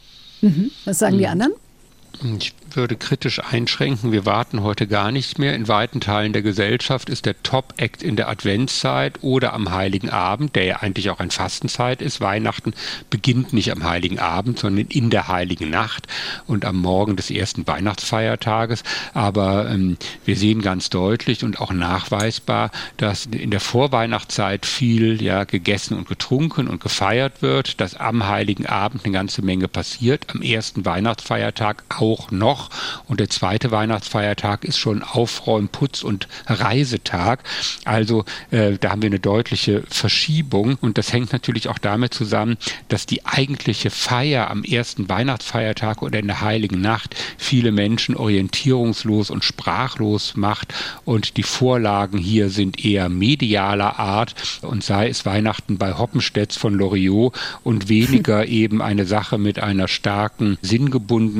[SPEAKER 2] Mhm. Was sagen mhm. die anderen?
[SPEAKER 4] Ich würde kritisch einschränken, wir warten heute gar nicht mehr. In weiten Teilen der Gesellschaft ist der Top-Act in der Adventszeit oder am Heiligen Abend, der ja eigentlich auch ein Fastenzeit ist. Weihnachten beginnt nicht am Heiligen Abend, sondern in der Heiligen Nacht und am Morgen des ersten Weihnachtsfeiertages. Aber ähm, wir sehen ganz deutlich und auch nachweisbar, dass in der Vorweihnachtszeit viel ja, gegessen und getrunken und gefeiert wird, dass am Heiligen Abend eine ganze Menge passiert, am ersten Weihnachtsfeiertag auch noch. Und der zweite Weihnachtsfeiertag ist schon Aufräum-, Putz- und Reisetag. Also äh, da haben wir eine deutliche Verschiebung. Und das hängt natürlich auch damit zusammen, dass die eigentliche Feier am ersten Weihnachtsfeiertag oder in der Heiligen Nacht viele Menschen orientierungslos und sprachlos macht. Und die Vorlagen hier sind eher medialer Art. Und sei es Weihnachten bei Hoppenstedts von Loriot und weniger eben eine Sache mit einer starken Sinngebundenheit und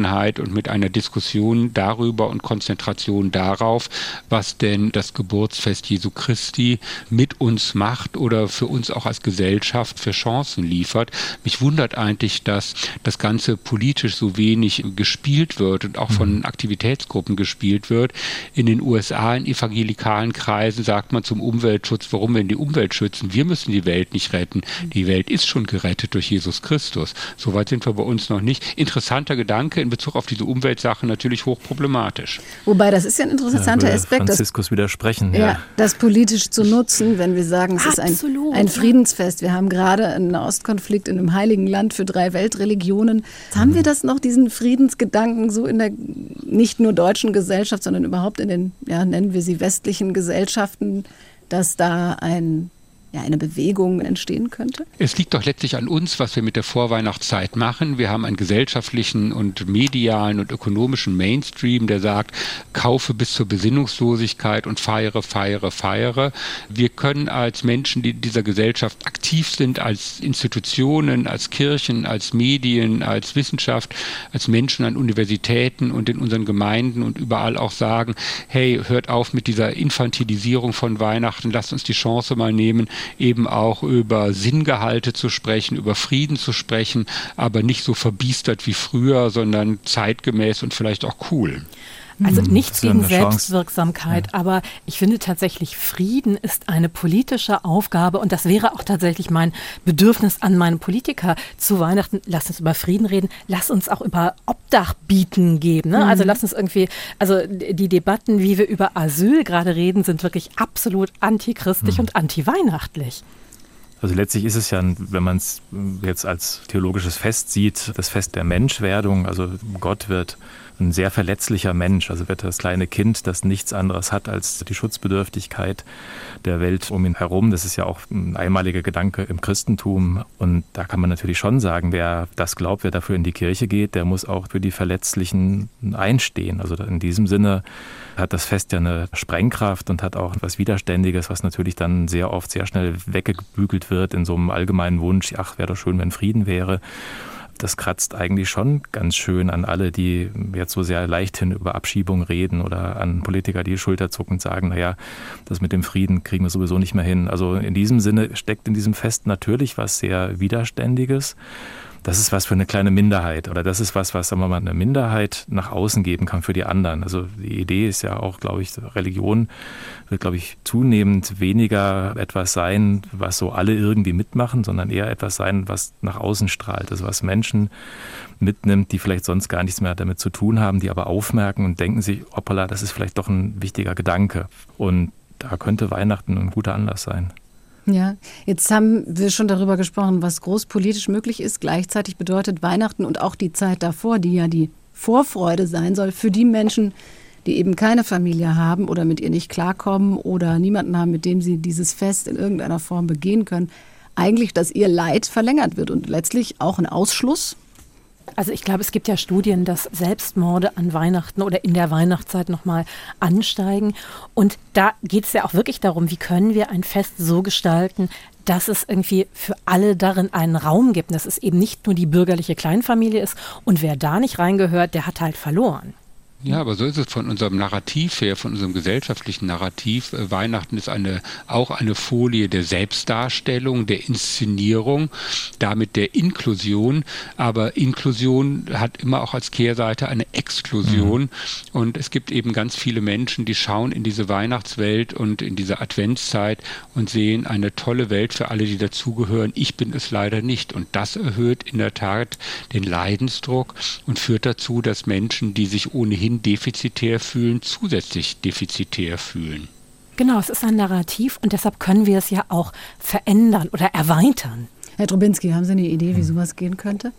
[SPEAKER 4] und mit einer Diskussion darüber und Konzentration darauf, was denn das Geburtsfest Jesu Christi mit uns macht oder für uns auch als Gesellschaft für Chancen liefert. Mich wundert eigentlich, dass das Ganze politisch so wenig gespielt wird und auch von Aktivitätsgruppen gespielt wird. In den U S A, in evangelikalen Kreisen, sagt man zum Umweltschutz, warum wir die Umwelt schützen? Wir müssen die Welt nicht retten. Die Welt ist schon gerettet durch Jesus Christus. Soweit sind wir bei uns noch nicht. Interessanter Gedanke in Bezug auf diese Umweltsachen, natürlich hochproblematisch.
[SPEAKER 2] Wobei, das ist ja ein interessanter
[SPEAKER 3] ja,
[SPEAKER 2] Aspekt.
[SPEAKER 3] Franziskus das, widersprechen. Ja.
[SPEAKER 2] ja, das politisch zu nutzen, wenn wir sagen, es
[SPEAKER 5] Absolut.
[SPEAKER 2] ist ein, ein Friedensfest. Wir haben gerade einen Nahostkonflikt in einem heiligen Land für drei Weltreligionen. Jetzt haben wir das noch, diesen Friedensgedanken so in der nicht nur deutschen Gesellschaft, sondern überhaupt in den, ja, nennen wir sie westlichen Gesellschaften, dass da ein ja, eine Bewegung entstehen könnte?
[SPEAKER 4] Es liegt doch letztlich an uns, was wir mit der Vorweihnachtszeit machen. Wir haben einen gesellschaftlichen und medialen und ökonomischen Mainstream, der sagt, kaufe bis zur Besinnungslosigkeit und feiere, feiere, feiere. Wir können als Menschen, die in dieser Gesellschaft aktiv sind, als Institutionen, als Kirchen, als Medien, als Wissenschaft, als Menschen an Universitäten und in unseren Gemeinden und überall auch sagen, hey, hört auf mit dieser Infantilisierung von Weihnachten, lasst uns die Chance mal nehmen, eben auch über Sinngehalte zu sprechen, über Frieden zu sprechen, aber nicht so verbiestert wie früher, sondern zeitgemäß und vielleicht auch cool.
[SPEAKER 5] Also nichts gegen
[SPEAKER 3] Chance.
[SPEAKER 5] Selbstwirksamkeit,
[SPEAKER 3] Ja.
[SPEAKER 5] aber ich finde tatsächlich, Frieden ist eine politische Aufgabe und das wäre auch tatsächlich mein Bedürfnis an meine Politiker zu Weihnachten. Lass uns über Frieden reden, lass uns auch über Obdach bieten geben. Ne? Mhm. Also lass uns irgendwie, also die Debatten, wie wir über Asyl gerade reden, sind wirklich absolut antichristlich mhm. und antiweihnachtlich.
[SPEAKER 3] Also letztlich ist es ja, wenn man es jetzt als theologisches Fest sieht, das Fest der Menschwerdung. Also Gott wird ein sehr verletzlicher Mensch, also wird das kleine Kind, das nichts anderes hat als die Schutzbedürftigkeit der Welt um ihn herum. Das ist ja auch ein einmaliger Gedanke im Christentum. Und da kann man natürlich schon sagen, wer das glaubt, wer dafür in die Kirche geht, der muss auch für die Verletzlichen einstehen. Also in diesem Sinne hat das Fest ja eine Sprengkraft und hat auch etwas Widerständiges, was natürlich dann sehr oft sehr schnell weggebügelt wird in so einem allgemeinen Wunsch, ach, wäre doch schön, wenn Frieden wäre. Das kratzt eigentlich schon ganz schön an alle, die jetzt so sehr leichthin über Abschiebung reden oder an Politiker, die schulterzuckend sagen, naja, das mit dem Frieden kriegen wir sowieso nicht mehr hin. Also in diesem Sinne steckt in diesem Fest natürlich was sehr Widerständiges. Das ist was für eine kleine Minderheit oder das ist was, was sagen wir mal, eine Minderheit nach außen geben kann für die anderen. Also die Idee ist ja auch, glaube ich, Religion wird, glaube ich, zunehmend weniger etwas sein, was so alle irgendwie mitmachen, sondern eher etwas sein, was nach außen strahlt. Also was Menschen mitnimmt, die vielleicht sonst gar nichts mehr damit zu tun haben, die aber aufmerken und denken sich, hoppala, das ist vielleicht doch ein wichtiger Gedanke. Und da könnte Weihnachten ein guter Anlass sein.
[SPEAKER 2] Ja, jetzt haben wir schon darüber gesprochen, was großpolitisch möglich ist. Gleichzeitig bedeutet Weihnachten und auch die Zeit davor, die ja die Vorfreude sein soll, für die Menschen, die eben keine Familie haben oder mit ihr nicht klarkommen oder niemanden haben, mit dem sie dieses Fest in irgendeiner Form begehen können, eigentlich, dass ihr Leid verlängert wird und letztlich auch ein Ausschluss.
[SPEAKER 5] Also ich glaube, es gibt ja Studien, dass Selbstmorde an Weihnachten oder in der Weihnachtszeit nochmal ansteigen. Und da geht es ja auch wirklich darum, wie können wir ein Fest so gestalten, dass es irgendwie für alle darin einen Raum gibt. Dass es eben nicht nur die bürgerliche Kleinfamilie ist. Und wer da nicht reingehört, der hat halt verloren.
[SPEAKER 4] Ja, aber so ist es von unserem Narrativ her, von unserem gesellschaftlichen Narrativ. Weihnachten ist eine, auch eine Folie der Selbstdarstellung, der Inszenierung, damit der Inklusion. Aber Inklusion hat immer auch als Kehrseite eine Exklusion. Mhm. Und es gibt eben ganz viele Menschen, die schauen in diese Weihnachtswelt und in diese Adventszeit und sehen eine tolle Welt für alle, die dazugehören. Ich bin es leider nicht. Und das erhöht in der Tat den Leidensdruck und führt dazu, dass Menschen, die sich ohnehin defizitär fühlen, zusätzlich defizitär fühlen.
[SPEAKER 5] Genau, es ist ein Narrativ und deshalb können wir es ja auch verändern oder erweitern.
[SPEAKER 2] Herr Trubinski, haben Sie eine Idee, wie sowas gehen könnte?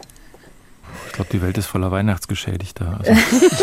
[SPEAKER 3] Ich glaube, die Welt ist voller Weihnachtsgeschädigter. Also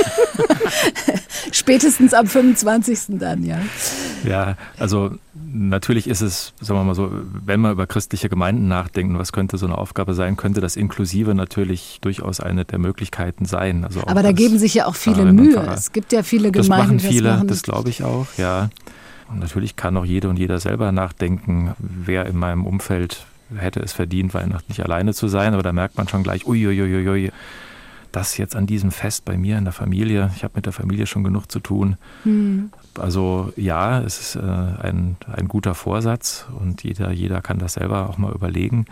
[SPEAKER 2] Spätestens am fünfundzwanzigsten dann, ja.
[SPEAKER 3] Ja, also natürlich ist es, sagen wir mal so, wenn man über christliche Gemeinden nachdenkt, was könnte so eine Aufgabe sein, könnte das Inklusive natürlich durchaus eine der Möglichkeiten sein. Also
[SPEAKER 2] aber da geben sich ja auch viele Mühe. Es gibt ja viele Gemeinden,
[SPEAKER 3] das machen viele,
[SPEAKER 2] das machen.
[SPEAKER 3] Das glaube ich auch, ja. Und natürlich kann auch jede und jeder selber nachdenken, wer in meinem Umfeld hätte es verdient, Weihnachten nicht alleine zu sein. Aber da merkt man schon gleich, uiuiuiui, das jetzt an diesem Fest bei mir in der Familie, ich habe mit der Familie schon genug zu tun. Mhm. Also ja, es ist äh, ein, ein guter Vorsatz und jeder, jeder kann das selber auch mal überlegen.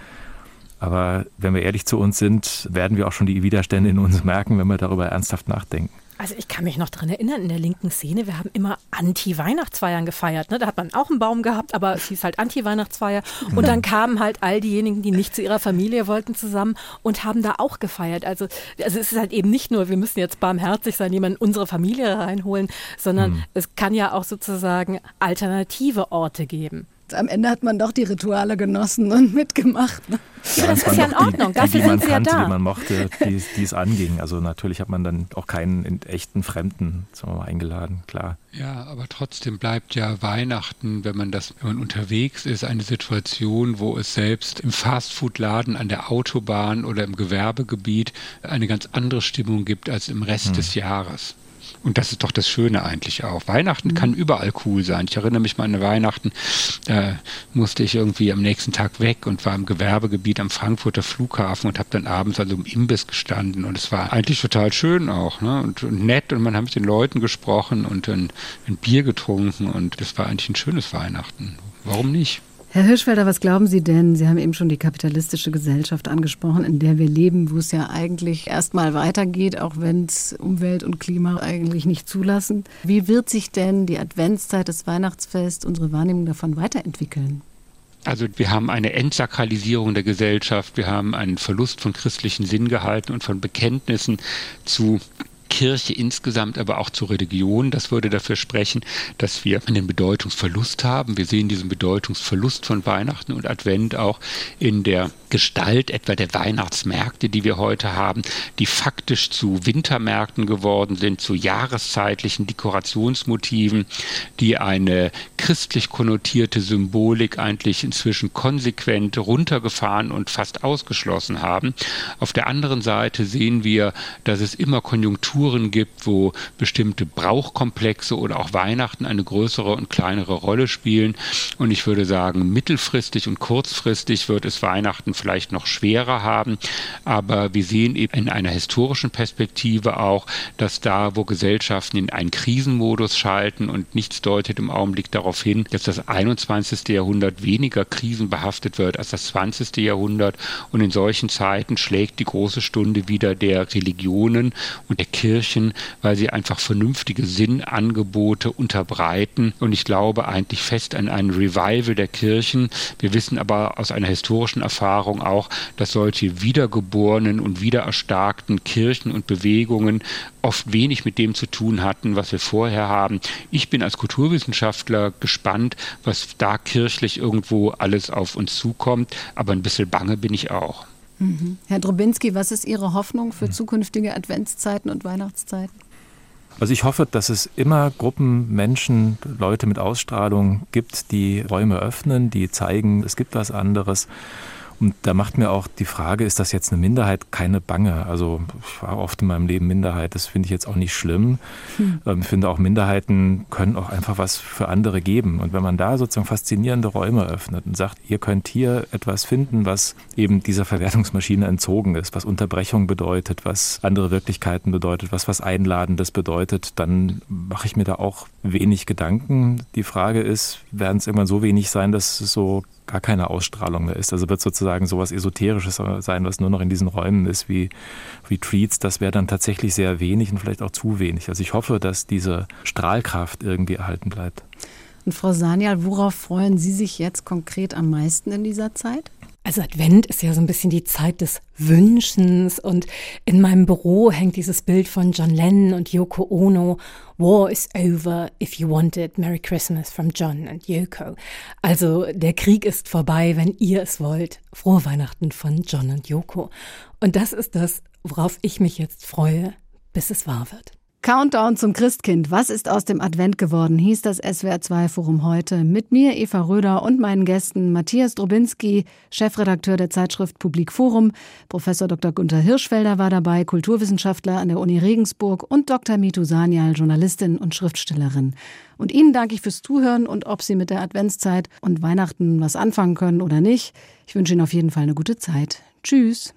[SPEAKER 3] Aber wenn wir ehrlich zu uns sind, werden wir auch schon die Widerstände in uns merken, wenn wir darüber ernsthaft nachdenken.
[SPEAKER 5] Also ich kann mich noch daran erinnern, in der linken Szene, wir haben immer Anti-Weihnachtsfeiern gefeiert. Ne? Da hat man auch einen Baum gehabt, aber es hieß halt Anti-Weihnachtsfeier. Und dann kamen halt all diejenigen, die nicht zu ihrer Familie wollten, zusammen und haben da auch gefeiert. Also, also es ist halt eben nicht nur, wir müssen jetzt barmherzig sein, jemanden in unsere Familie reinholen, sondern mhm. es kann ja auch sozusagen alternative Orte geben.
[SPEAKER 2] Am Ende hat man doch die Rituale genossen und mitgemacht. Ne?
[SPEAKER 5] Ja, das ist ja in Ordnung.
[SPEAKER 3] Die,
[SPEAKER 5] Dafür
[SPEAKER 3] die, die man
[SPEAKER 5] sind sie
[SPEAKER 3] kannte,
[SPEAKER 5] ja da.
[SPEAKER 3] Die man mochte, die, die es anging. Also natürlich hat man dann auch keinen echten Fremden sagen wir mal, eingeladen, klar.
[SPEAKER 4] Ja, aber trotzdem bleibt ja Weihnachten, wenn man das, wenn man unterwegs ist, eine Situation, wo es selbst im Fastfood-Laden an der Autobahn oder im Gewerbegebiet eine ganz andere Stimmung gibt als im Rest hm. des Jahres. Und das ist doch das Schöne eigentlich auch. Weihnachten mhm. kann überall cool sein. Ich erinnere mich mal an Weihnachten, da musste ich irgendwie am nächsten Tag weg und war im Gewerbegebiet am Frankfurter Flughafen und habe dann abends also im Imbiss gestanden. Und es war eigentlich total schön auch, ne? und, und nett. Und man hat mit den Leuten gesprochen und ein, ein Bier getrunken. Und das war eigentlich ein schönes Weihnachten. Warum nicht?
[SPEAKER 2] Herr Hirschfelder, was glauben Sie denn? Sie haben eben schon die kapitalistische Gesellschaft angesprochen, in der wir leben, wo es ja eigentlich erstmal weitergeht, auch wenn es Umwelt und Klima eigentlich nicht zulassen. Wie wird sich denn die Adventszeit, das Weihnachtsfest, unsere Wahrnehmung davon weiterentwickeln?
[SPEAKER 4] Also wir haben eine Entsakralisierung der Gesellschaft, wir haben einen Verlust von christlichen Sinngehalten und von Bekenntnissen zu Kirche insgesamt, aber auch zur Religion. Das würde dafür sprechen, dass wir einen Bedeutungsverlust haben. Wir sehen diesen Bedeutungsverlust von Weihnachten und Advent auch in der Gestalt etwa der Weihnachtsmärkte, die wir heute haben, die faktisch zu Wintermärkten geworden sind, zu jahreszeitlichen Dekorationsmotiven, die eine christlich konnotierte Symbolik eigentlich inzwischen konsequent runtergefahren und fast ausgeschlossen haben. Auf der anderen Seite sehen wir, dass es immer Konjunkturen gibt, wo bestimmte Brauchkomplexe oder auch Weihnachten eine größere und kleinere Rolle spielen. Und ich würde sagen, mittelfristig und kurzfristig wird es Weihnachten vielleicht noch schwerer haben. Aber wir sehen eben in einer historischen Perspektive auch, dass da, wo Gesellschaften in einen Krisenmodus schalten und nichts deutet im Augenblick darauf hin, dass das einundzwanzigste Jahrhundert weniger krisenbehaftet wird als das zwanzigste Jahrhundert. Und in solchen Zeiten schlägt die große Stunde wieder der Religionen und der Kirchen, weil sie einfach vernünftige Sinnangebote unterbreiten. Und ich glaube eigentlich fest an ein Revival der Kirchen. Wir wissen aber aus einer historischen Erfahrung auch, dass solche wiedergeborenen und wiedererstarkten Kirchen und Bewegungen oft wenig mit dem zu tun hatten, was wir vorher haben. Ich bin als Kulturwissenschaftler gespannt, was da kirchlich irgendwo alles auf uns zukommt, aber ein bisschen bange bin ich auch.
[SPEAKER 2] Mhm. Herr Drobinski, was ist Ihre Hoffnung für zukünftige Adventszeiten und Weihnachtszeiten?
[SPEAKER 3] Also ich hoffe, dass es immer Gruppen, Menschen, Leute mit Ausstrahlung gibt, die Räume öffnen, die zeigen, es gibt was anderes. Und da macht mir auch die Frage, ist das jetzt eine Minderheit, keine Bange. Also ich war oft in meinem Leben Minderheit, das finde ich jetzt auch nicht schlimm. Hm. Ich finde auch Minderheiten können auch einfach was für andere geben. Und wenn man da sozusagen faszinierende Räume öffnet und sagt, ihr könnt hier etwas finden, was eben dieser Verwertungsmaschine entzogen ist, was Unterbrechung bedeutet, was andere Wirklichkeiten bedeutet, was was Einladendes bedeutet, dann mache ich mir da auch wenig Gedanken. Die Frage ist, werden es irgendwann so wenig sein, dass es so gar keine Ausstrahlung mehr ist. Also wird sozusagen sowas Esoterisches sein, was nur noch in diesen Räumen ist, wie Retreats. Das wäre dann tatsächlich sehr wenig und vielleicht auch zu wenig. Also ich hoffe, dass diese Strahlkraft irgendwie erhalten bleibt.
[SPEAKER 2] Und Frau Sanyal, worauf freuen Sie sich jetzt konkret am meisten in dieser Zeit?
[SPEAKER 5] Also Advent ist ja so ein bisschen die Zeit des Wünschens und in meinem Büro hängt dieses Bild von John Lennon und Yoko Ono. War is over if you want it. Merry Christmas from John and Yoko. Also der Krieg ist vorbei, wenn ihr es wollt. Frohe Weihnachten von John und Yoko. Und das ist das, worauf ich mich jetzt freue, bis es wahr wird.
[SPEAKER 2] Countdown zum Christkind. Was ist aus dem Advent geworden, hieß das S W R zwei Forum heute. Mit mir, Eva Röder, und meinen Gästen Matthias Drobinski, Chefredakteur der Zeitschrift Publik Forum, Professor Doktor Günther Hirschfelder war dabei, Kulturwissenschaftler an der Uni Regensburg, und Doktor Mitu Sanyal, Journalistin und Schriftstellerin. Und Ihnen danke ich fürs Zuhören, und ob Sie mit der Adventszeit und Weihnachten was anfangen können oder nicht. Ich wünsche Ihnen auf jeden Fall eine gute Zeit. Tschüss.